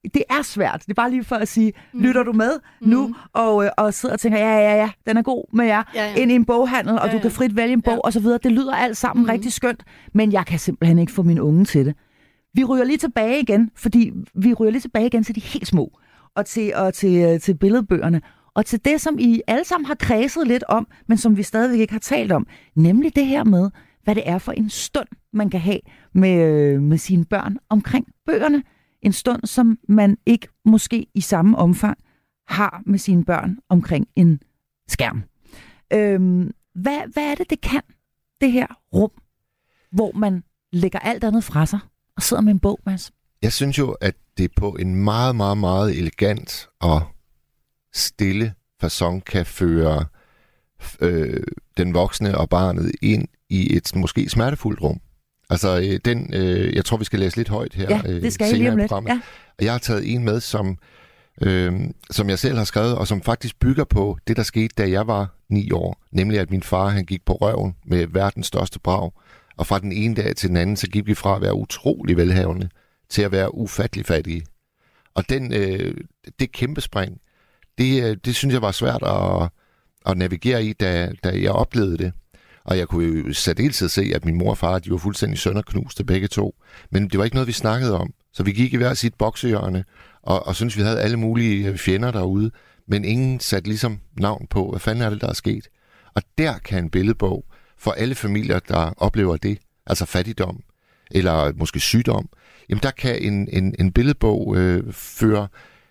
det er svært. Det er bare lige for at sige, mm. lytter du med mm. nu, og, øh, og sidder og tænker, ja, ja, ja, den er god med jer, ja, ja. ind i en boghandel, og ja, ja. du kan frit vælge en bog, ja. og så videre. Det lyder alt sammen mm. rigtig skønt, men jeg kan simpelthen ikke få mine unge til det. Vi ryger lige tilbage igen, fordi vi ryger lige tilbage igen til de helt små, og til, og til, til billedbøgerne, og til det, som I alle sammen har kredset lidt om, men som vi stadigvæk ikke har talt om, nemlig det her med, hvad det er for en stund, man kan have med, med sine børn omkring bøgerne. En stund, som man ikke måske i samme omfang har med sine børn omkring en skærm. Øhm, hvad, hvad er det, det kan, det her rum, hvor man lægger alt andet fra sig og sidder med en bog, Mads? Jeg synes jo, at det på en meget, meget, meget elegant og stille facon kan føre øh, den voksne og barnet ind i et måske smertefuldt rum. Altså, øh, den, øh, jeg tror, vi skal læse lidt højt her. Ja, det skal øh, jeg lige om lidt. Ja. Og jeg har taget en med, som, øh, som jeg selv har skrevet, og som faktisk bygger på det, der skete, da jeg var ni år. Nemlig, at min far, han gik på røven med verdens største brag. Og fra den ene dag til den anden, så gik vi fra at være utrolig velhavende til at være ufattelig fattige. Og den, øh, det kæmpe spring, det, det synes jeg var svært at, at navigere i, da, da jeg oplevede det. Og jeg kunne jo særdeleshed se, at min mor og far, de var fuldstændig sønderknuste begge to. Men det var ikke noget, vi snakkede om. Så vi gik i hver sit boksehjørne, og, og syntes, vi havde alle mulige fjender derude. Men ingen satte ligesom navn på, hvad fanden er det, der er sket. Og der kan en billedbog for alle familier, der oplever det, altså fattigdom, eller måske sygdom, jamen der kan en, en, en billedbog øh, føre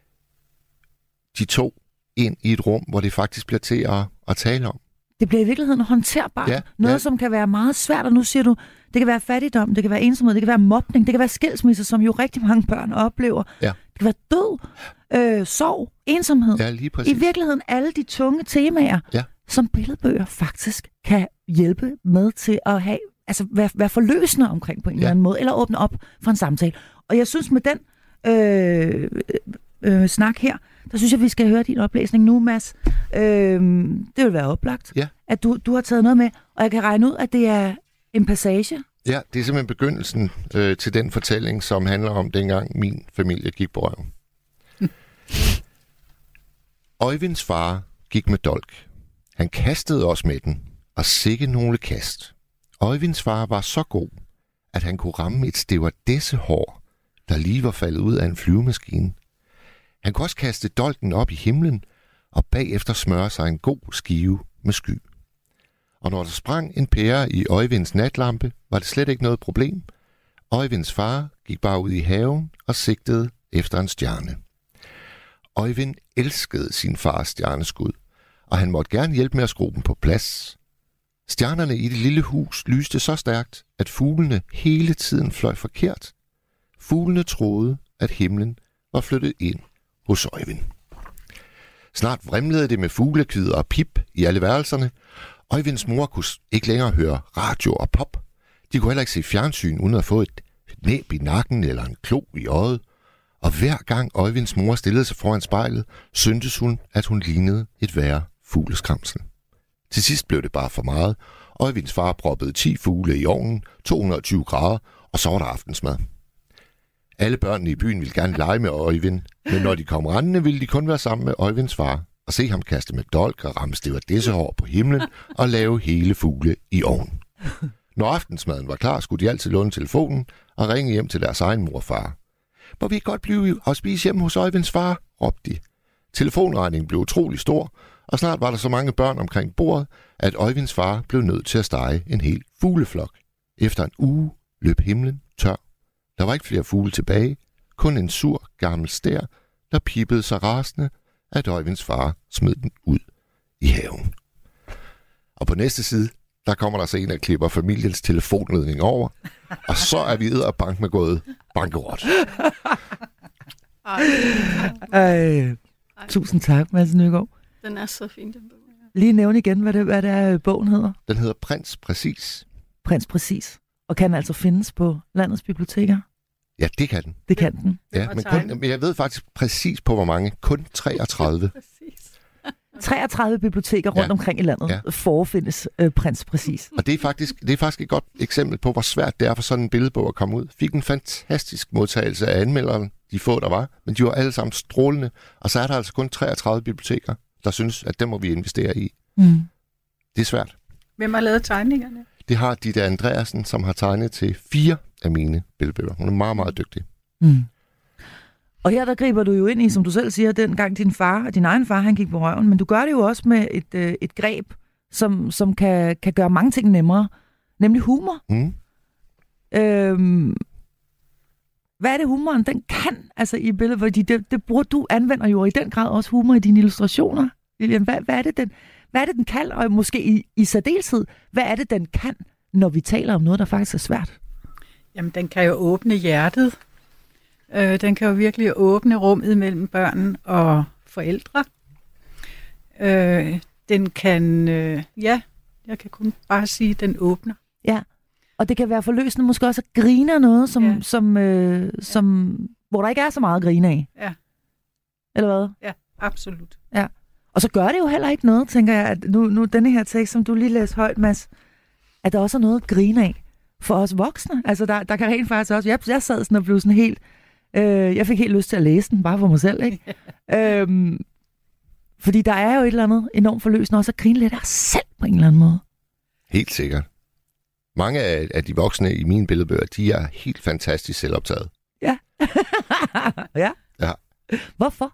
de to ind i et rum, hvor det faktisk bliver til at, at tale om. Det bliver i virkeligheden håndterbart. Ja, noget, ja. som kan være meget svært, og nu siger du, det kan være fattigdom, det kan være ensomhed, det kan være mobning, det kan være skilsmisse, som jo rigtig mange børn oplever. Ja. Det kan være død, øh, sorg, ensomhed. Ja, lige præcis. I virkeligheden alle de tunge temaer, ja. som billedbøger faktisk kan hjælpe med til at have, altså være, være forløsende omkring på en ja. eller anden måde, eller åbne op for en samtale. Og jeg synes med den øh, øh, snak her, der synes jeg, vi skal høre din oplæsning nu, Mads. Øhm, det vil være oplagt, ja. at du, du har taget noget med, og jeg kan regne ud, at det er en passage. Ja, det er simpelthen begyndelsen øh, til den fortælling, som handler om dengang min familie gik på røven. Øjvinds far gik med dolk. Han kastede os med den, og sikke nogle kast. Øjvinds far var så god, at han kunne ramme et stewardessehår, der lige var faldet ud af en flyvemaskine. Han kunne også kaste dolken op i himlen, og bagefter smøre sig en god skive med sky. Og når der sprang en pære i Øjvinds natlampe, var det slet ikke noget problem. Øjvinds far gik bare ud i haven og sigtede efter en stjerne. Øjvind elskede sin fars stjerneskud, og han måtte gerne hjælpe med at skrue dem på plads. Stjernerne i det lille hus lyste så stærkt, at fuglene hele tiden fløj forkert. Fuglene troede, at himlen var flyttet ind hos Øjvind. Snart vrimlede det med fuglekvider og pip i alle værelserne. Øjvinds mor kunne ikke længere høre radio og pop. De kunne heller ikke se fjernsyn uden at få et næb i nakken eller en klo i øjet. Og hver gang Øjvinds mor stillede sig foran spejlet, syntes hun, at hun lignede et værre fugleskramsel. Til sidst blev det bare for meget. Øjvinds far proppede ti fugle i ovnen, to hundrede og tyve grader, og så var der aftensmad. Alle børnene i byen ville gerne lege med Øjvind, men når de kom rendende, ville de kun være sammen med Øjvinds far og se ham kaste med dolk og ramme stewardessehår på himlen og lave hele fugle i ovnen. Når aftensmaden var klar, skulle de altid låne telefonen og ringe hjem til deres egen mor og far. Må vi godt blive og spise hjemme hos Øjvinds far, råbte de. Telefonregningen blev utrolig stor, og snart var der så mange børn omkring bordet, at Øjvinds far blev nødt til at stege en hel fugleflok. Efter en uge løb himlen tør. Der var ikke flere fugle tilbage, kun en sur gammel stær, der pippede så rasende, at Øjvinds far smed den ud i haven. Og på næste side, der kommer der så en, der klipper familiens telefonledning over, og så er vi edder bank med gået bankerot. Ej, tusind tak, Mads Nygaard. Den er så fin, den bog. Lige nævne igen, hvad det, hvad det er, bogen hedder. Den hedder Prins Præcis. Prins Præcis. Og kan altså findes på landets biblioteker? Ja, det kan den. Det kan den. Ja, men, kun, men jeg ved faktisk præcis på, hvor mange. Kun treogtredive. treogtredive biblioteker rundt ja. omkring i landet ja. forefindes øh, Prins Præcis. Og det er, faktisk, det er faktisk et godt eksempel på, hvor svært det er for sådan en billedbog at komme ud. Fik en fantastisk modtagelse af anmelderen, de få, der var, men de var alle sammen strålende. Og så er der altså kun treogtredive biblioteker, der synes, at dem må vi investere i. Mm. Det er svært. Hvem har lavet tegningerne? Det har Ditte Andreasen, som har tegnet til fire af mine billedbøger. Hun er meget, meget dygtig. Mm. Og her der griber du jo ind i, som du selv siger, dengang din far, din egen far, han gik på røven, men du gør det jo også med et, øh, et greb, som, som kan, kan gøre mange ting nemmere, nemlig humor. Mm. Øhm, hvad er det humoren, den kan altså i billedet, fordi det, det bruger du, anvender jo i den grad også humor i dine illustrationer. Lilian, hvad, hvad, er det, den, hvad er det, den kan, og måske i, i særdeleshed, hvad er det, den kan, når vi taler om noget, der faktisk er svært? Jamen, den kan jo åbne hjertet. Øh, den kan jo virkelig åbne rummet mellem børn og forældre. Øh, den kan, øh, ja, jeg kan kun bare sige, at den åbner. Ja, og det kan være forløsende måske også at grine af noget, som, ja. som, øh, som, ja. hvor der ikke er så meget at grine af. Ja. Eller hvad? Ja, absolut. Ja. Og så gør det jo heller ikke noget, tænker jeg, at nu, nu denne her tekst, som du lige læste højt, Mads, at der også er noget at grine af for os voksne. Altså, der, der kan rent faktisk også... Jeg, jeg sad sådan og blev sådan helt... Øh, jeg fik helt lyst til at læse den, bare for mig selv, ikke? øhm, fordi der er jo et eller andet enormt forløsende også at grine lidt af os selv på en eller anden måde. Helt sikkert. Mange af, af de voksne i mine billedbøger, de er helt fantastisk selvoptaget. Ja. ja. Ja. Hvorfor?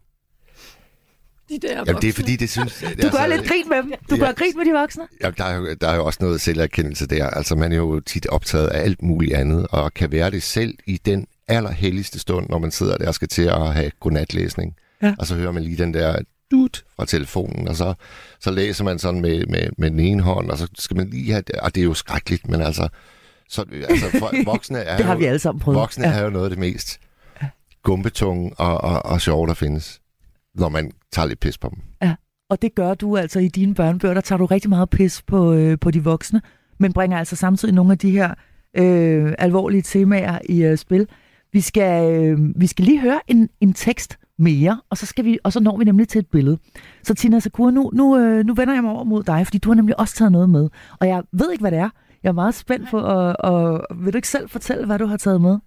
De der Jamen, det er fordi, det synes... Du gør altså, lidt grin med dem. Du ja, gør grin med de voksne. Ja, der, er jo, der er jo også noget selverkendelse der. Altså, man er jo tit optaget af alt muligt andet, og kan være det selv i den allerhelligste stund, når man sidder der og skal til at have godnatlæsning. Ja. Og så hører man lige den der dut fra telefonen, og så, så læser man sådan med, med, med den ene hånd, og så skal man lige have... Og det er jo skrækkeligt, men altså... Så, altså for, voksne er det har jo, vi alle sammen prøvet. Voksne ja. er jo noget af det mest gumbetunge og, og, og sjove, der findes, når man tager lidt pis på dem. Ja, og det gør du altså i dine børnebøger. Der tager du rigtig meget pis på, øh, på de voksne, men bringer altså samtidig nogle af de her øh, alvorlige temaer i øh, spil. Vi skal, øh, vi skal lige høre en, en tekst mere, og så, skal vi, og så når vi nemlig til et billede. Så Tina Sakura, nu, nu, øh, nu vender jeg mig over mod dig, fordi du har nemlig også taget noget med. Og jeg ved ikke, hvad det er. Jeg er meget spændt på, og, og vil du ikke selv fortælle, hvad du har taget med?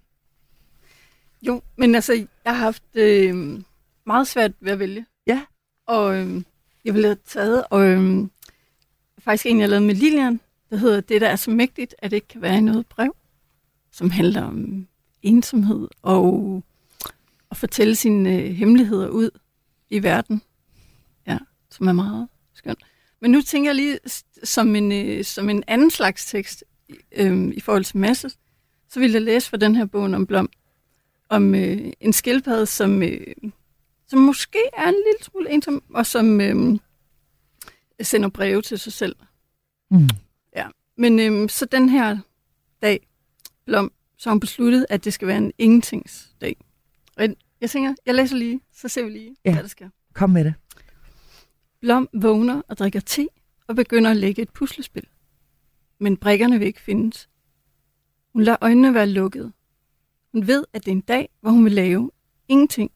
Jo, men altså, jeg har haft øh, meget svært ved at vælge. Ja. Og øh, jeg ville have taget, og øh, faktisk en, jeg lavede med Lilian, der hedder Det, der er så mægtigt, at det ikke kan være i noget brev, som handler om ensomhed og at fortælle sine øh, hemmeligheder ud i verden. Ja, som er meget skønt. Men nu tænker jeg lige som en, øh, som en anden slags tekst øh, i forhold til Masses, så vil jeg læse fra den her bog om Blom, om øh, en skildpadde, som, øh, som måske er en lille smule ensom, og som øh, sender breve til sig selv. Mm. Ja. Men øh, så den her dag, Blom, så har hun besluttet, at det skal være en ingentingsdag. Og jeg tænker, jeg læser lige, så ser vi lige, ja. hvad der sker. Kom med det. Blom vågner og drikker te og begynder at lægge et puslespil. Men brikkerne vil ikke findes. Hun lader øjnene være lukkede. Hun ved, at det er en dag, hvor hun vil lave ingenting.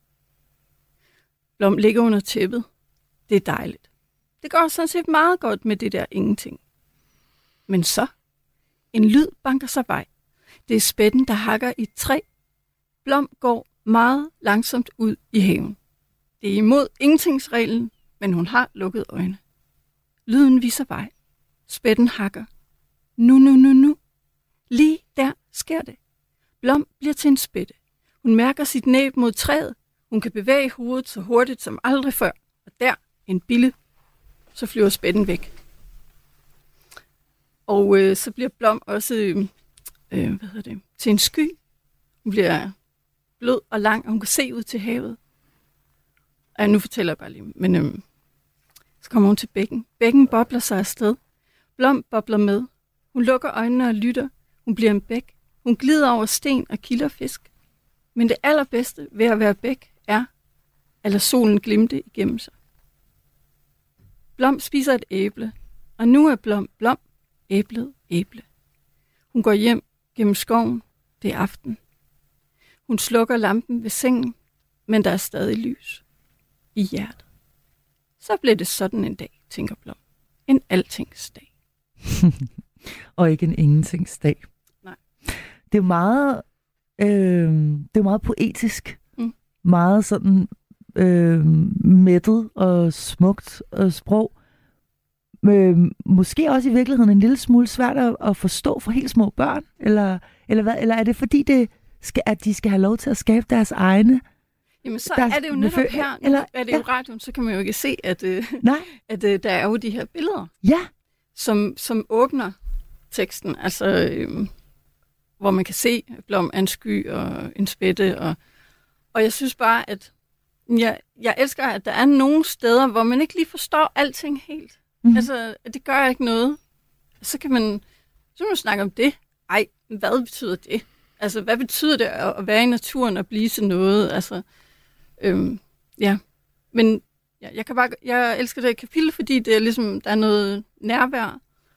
Blom ligger under tæppet. Det er dejligt. Det går sådan set meget godt med det der ingenting. Men så, en lyd banker sig vej. Det er spætten, der hakker i et træ. Blom går meget langsomt ud i haven. Det er imod ingentingsreglen, men hun har lukket øjne. Lyden viser vej. Spætten hakker. Nu, nu, nu, nu. Lige der sker det. Blom bliver til en spætte. Hun mærker sit næb mod træet. Hun kan bevæge hovedet så hurtigt som aldrig før. Og der, en bille, så flyver spætten væk. Og øh, så bliver Blom også øh, hvad hedder det, til en sky. Hun bliver blød og lang, og hun kan se ud til havet. Ja, nu fortæller jeg bare lige. Men øh, så kommer hun til bækken. Bækken bobler sig afsted. Blom bobler med. Hun lukker øjnene og lytter. Hun bliver en bæk. Hun glider over sten og kilderfisk. Men det allerbedste ved at være bæk er, at lade solen glimte igennem sig. Blom spiser et æble, og nu er Blom Blom, æblet æble. Hun går hjem gennem skoven. Det er aften. Hun slukker lampen ved sengen, men der er stadig lys i hjertet. Så bliver det sådan en dag, tænker Blom. En altingsdag. Og ikke en ingentingsdag. Nej. Det er meget, øh, det er meget poetisk, mm. meget sådan øh, mættet og smukt øh, sprog. Øh, måske også i virkeligheden en lille smule svært at, at forstå for helt små børn? Eller, eller, hvad? Eller er det fordi, det skal, at de skal have lov til at skabe deres egne? Jamen, så deres, er det jo netop her, eller, er det ja. jo radioen, så kan man jo ikke se, at, øh, Nej. at øh, der er jo de her billeder, Ja. som, som åbner teksten, altså øh, hvor man kan se blom af en sky og en spætte. Og, og jeg synes bare, at jeg, jeg elsker, at der er nogle steder, hvor man ikke lige forstår alting helt. Mm-hmm. Altså, det gør ikke noget. Så kan man, så kan man snakke om det. Ej, hvad betyder det? Altså, hvad betyder det at være i naturen og blive til noget? Altså, øhm, ja. Men ja, jeg kan bare, jeg elsker det kapitel, fordi det er ligesom, der er noget nærvær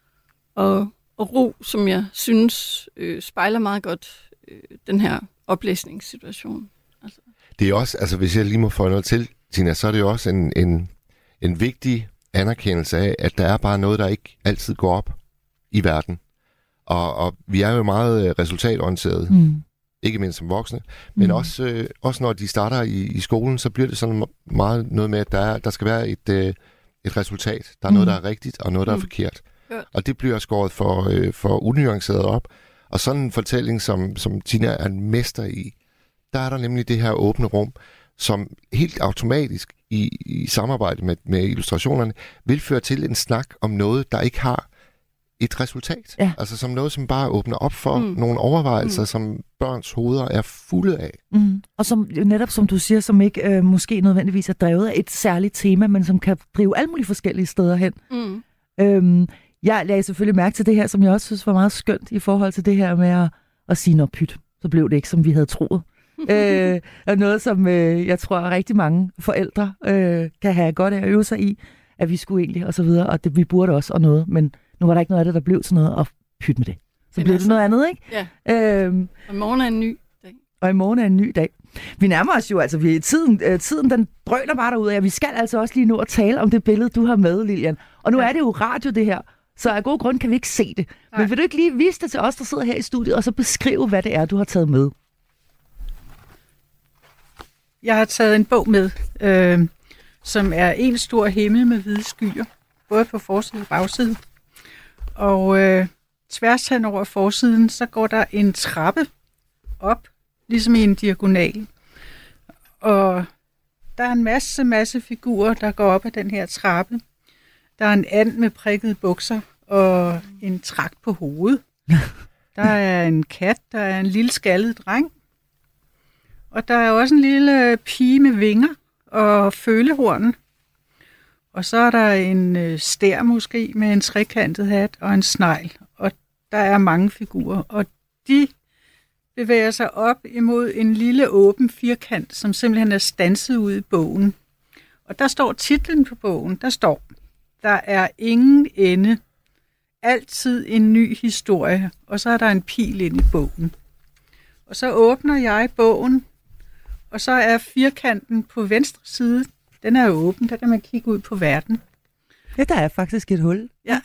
og, og ro, som jeg synes øh, spejler meget godt øh, den her oplæsningssituation. Altså. Det er også, altså hvis jeg lige må få noget til, Tina, så er det jo også en, en, en vigtig anerkendelse af, at der er bare noget, der ikke altid går op i verden. Og, og vi er jo meget resultatorienterede, mm. ikke mindst som voksne, men mm. også, øh, også når de starter i, i skolen, så bliver det sådan meget noget med, at der, er, der skal være et, øh, et resultat. Der er mm. noget, der er rigtigt, og noget, der er mm. forkert. Ja. Og det bliver skåret for, øh, for unuanceret op. Og sådan en fortælling, som, som Tina er en mester i, der er der nemlig det her åbne rum, som helt automatisk i, i samarbejde med, med illustrationerne vil føre til en snak om noget, der ikke har et resultat. Ja. Altså som noget, som bare åbner op for mm. nogle overvejelser, mm. som børns hoveder er fulde af. Mm. Og som netop, som du siger, som ikke øh, måske nødvendigvis er drevet af et særligt tema, men som kan drive alle mulige forskellige steder hen. Mm. Øhm, jeg lagde selvfølgelig mærke til det her, som jeg også synes var meget skønt i forhold til det her med at, at sige noget pyt. Så blev det ikke, som vi havde troet. øh, og noget, som øh, jeg tror, rigtig mange forældre øh, kan have godt af at øve sig i, at vi skulle egentlig, og så videre, og det, vi burde også, og noget, men nu var der ikke noget af det, der blev til noget, og pyt med det. Så men blev altså, det noget andet, ikke? Ja. Øhm, og i morgen er en ny dag. Og i morgen er en ny dag. Vi nærmer os jo, altså, vi, tiden, øh, tiden den drøner bare derud af, vi skal altså også lige nu at tale om det billede, du har med, Lilian. Og nu ja. er det jo radio, det her, så af god grund kan vi ikke se det. Nej. Men vil du ikke lige vise det til os, der sidder her i studiet, og så beskrive, hvad det er, du har taget med? Jeg har taget en bog med, øh, som er en stor himmel med hvide skyer, både på forsiden og bagsiden. Og øh, tværs hen over forsiden, så går der en trappe op, ligesom i en diagonal. Og der er en masse, masse figurer, der går op ad den her trappe. Der er en and med prikkede bukser og en trakt på hovedet. Der er en kat, der er en lille skaldet dreng. Og der er også en lille pige med vinger og følehorn. Og så er der en øh, stær måske med en trekantet hat og en snegl. Og der er mange figurer. Og de bevæger sig op imod en lille åben firkant, som simpelthen er standset ude i bogen. Og der står titlen på bogen. Der står, der er ingen ende. Altid en ny historie. Og så er der en pil ind i bogen. Og så åbner jeg bogen. Og så er firkanten på venstre side, den er åben, der kan man kigge ud på verden. Ja, der er faktisk et hul. Ja.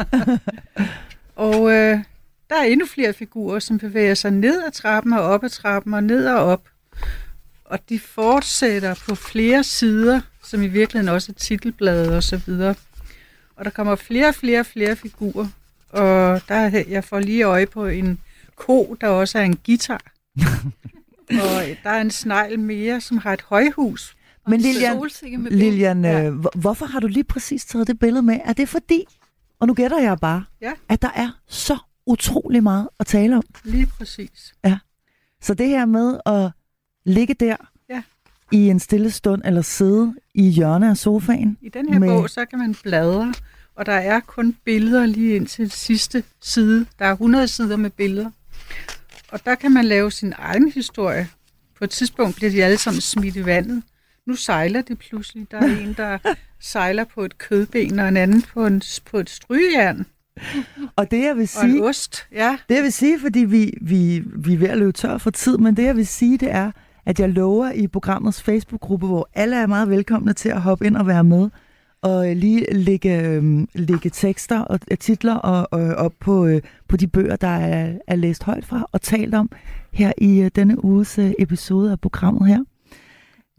Og øh, der er endnu flere figurer, som bevæger sig ned ad trappen og op ad trappen og ned og op. Og de fortsætter på flere sider, som i virkeligheden også er titelbladet og så videre. Og der kommer flere og flere og flere figurer. Og der, jeg får lige øje på en ko, der også er en guitar. Og der er en snegl mere, som har et højhus. Men Lilian, Lilian ja. øh, hvorfor har du lige præcis taget det billede med? Er det fordi, og nu gætter jeg bare, ja. at der er så utrolig meget at tale om? Lige præcis. Ja. Så det her med at ligge der ja. i en stille stund, eller sidde i hjørnet af sofaen. I den her med... bog, så kan man bladre, og der er kun billeder lige ind til sidste side. Der er hundrede sider med billeder. Og der kan man lave sin egen historie. På et tidspunkt bliver de alle sammen smidt i vandet. Nu sejler de pludselig. Der er en, der sejler på et kødben, og en anden på, en, på et strygejern. Og det jeg vil sige... Og en ost, ja. Det jeg vil sige, fordi vi, vi, vi er ved at løbe tør for tid, men det jeg vil sige, det er, at jeg lover i programmets Facebook-gruppe, hvor alle er meget velkomne til at hoppe ind og være med, og lige lægge, øh, lægge tekster og øh, titler og, øh, op på, øh, på de bøger, der er, er læst højt fra og talt om her i øh, denne uges øh, episode af programmet her.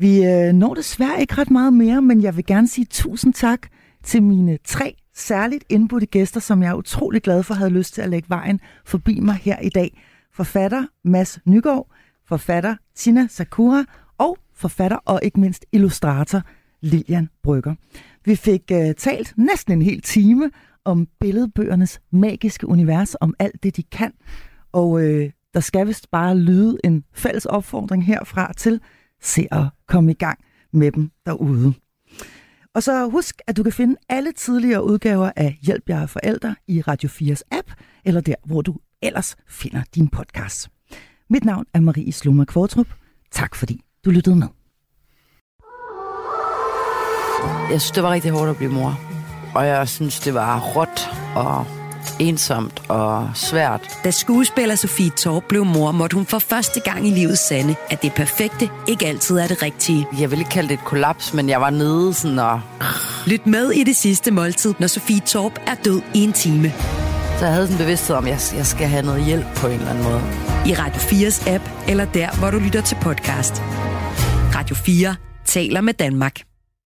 Vi øh, når desværre ikke ret meget mere, men jeg vil gerne sige tusind tak til mine tre særligt indbudte gæster, som jeg er utrolig glad for, havde lyst til at lægge vejen forbi mig her i dag. Forfatter Mads Nygaard, forfatter Tina Sakura og forfatter og ikke mindst illustrator Lilian Brøgger. Vi fik uh, talt næsten en hel time om billedbøgernes magiske univers, om alt det, de kan. Og uh, der skal vist bare lyde en fælles opfordring herfra til, se at komme i gang med dem derude. Og så husk, at du kan finde alle tidligere udgaver af Hjælp jer forældre i Radio fires app, eller der, hvor du ellers finder din podcast. Mit navn er Marie Sloma Kvartrup. Tak fordi du lyttede med. Jeg synes, det var rigtig hårdt at blive mor. Og jeg synes, det var råt og ensomt og svært. Da skuespiller Sofie Torp blev mor, måtte hun for første gang i livet sande, at det perfekte ikke altid er det rigtige. Jeg vil ikke kalde det et kollaps, men jeg var nede sådan og... Lyt med i det sidste måltid, når Sofie Torp er død i en time. Så jeg havde sådan en bevidsthed om, at jeg skal have noget hjælp på en eller anden måde. I Radio fires app, eller der, hvor du lytter til podcast. Radio fire taler med Danmark.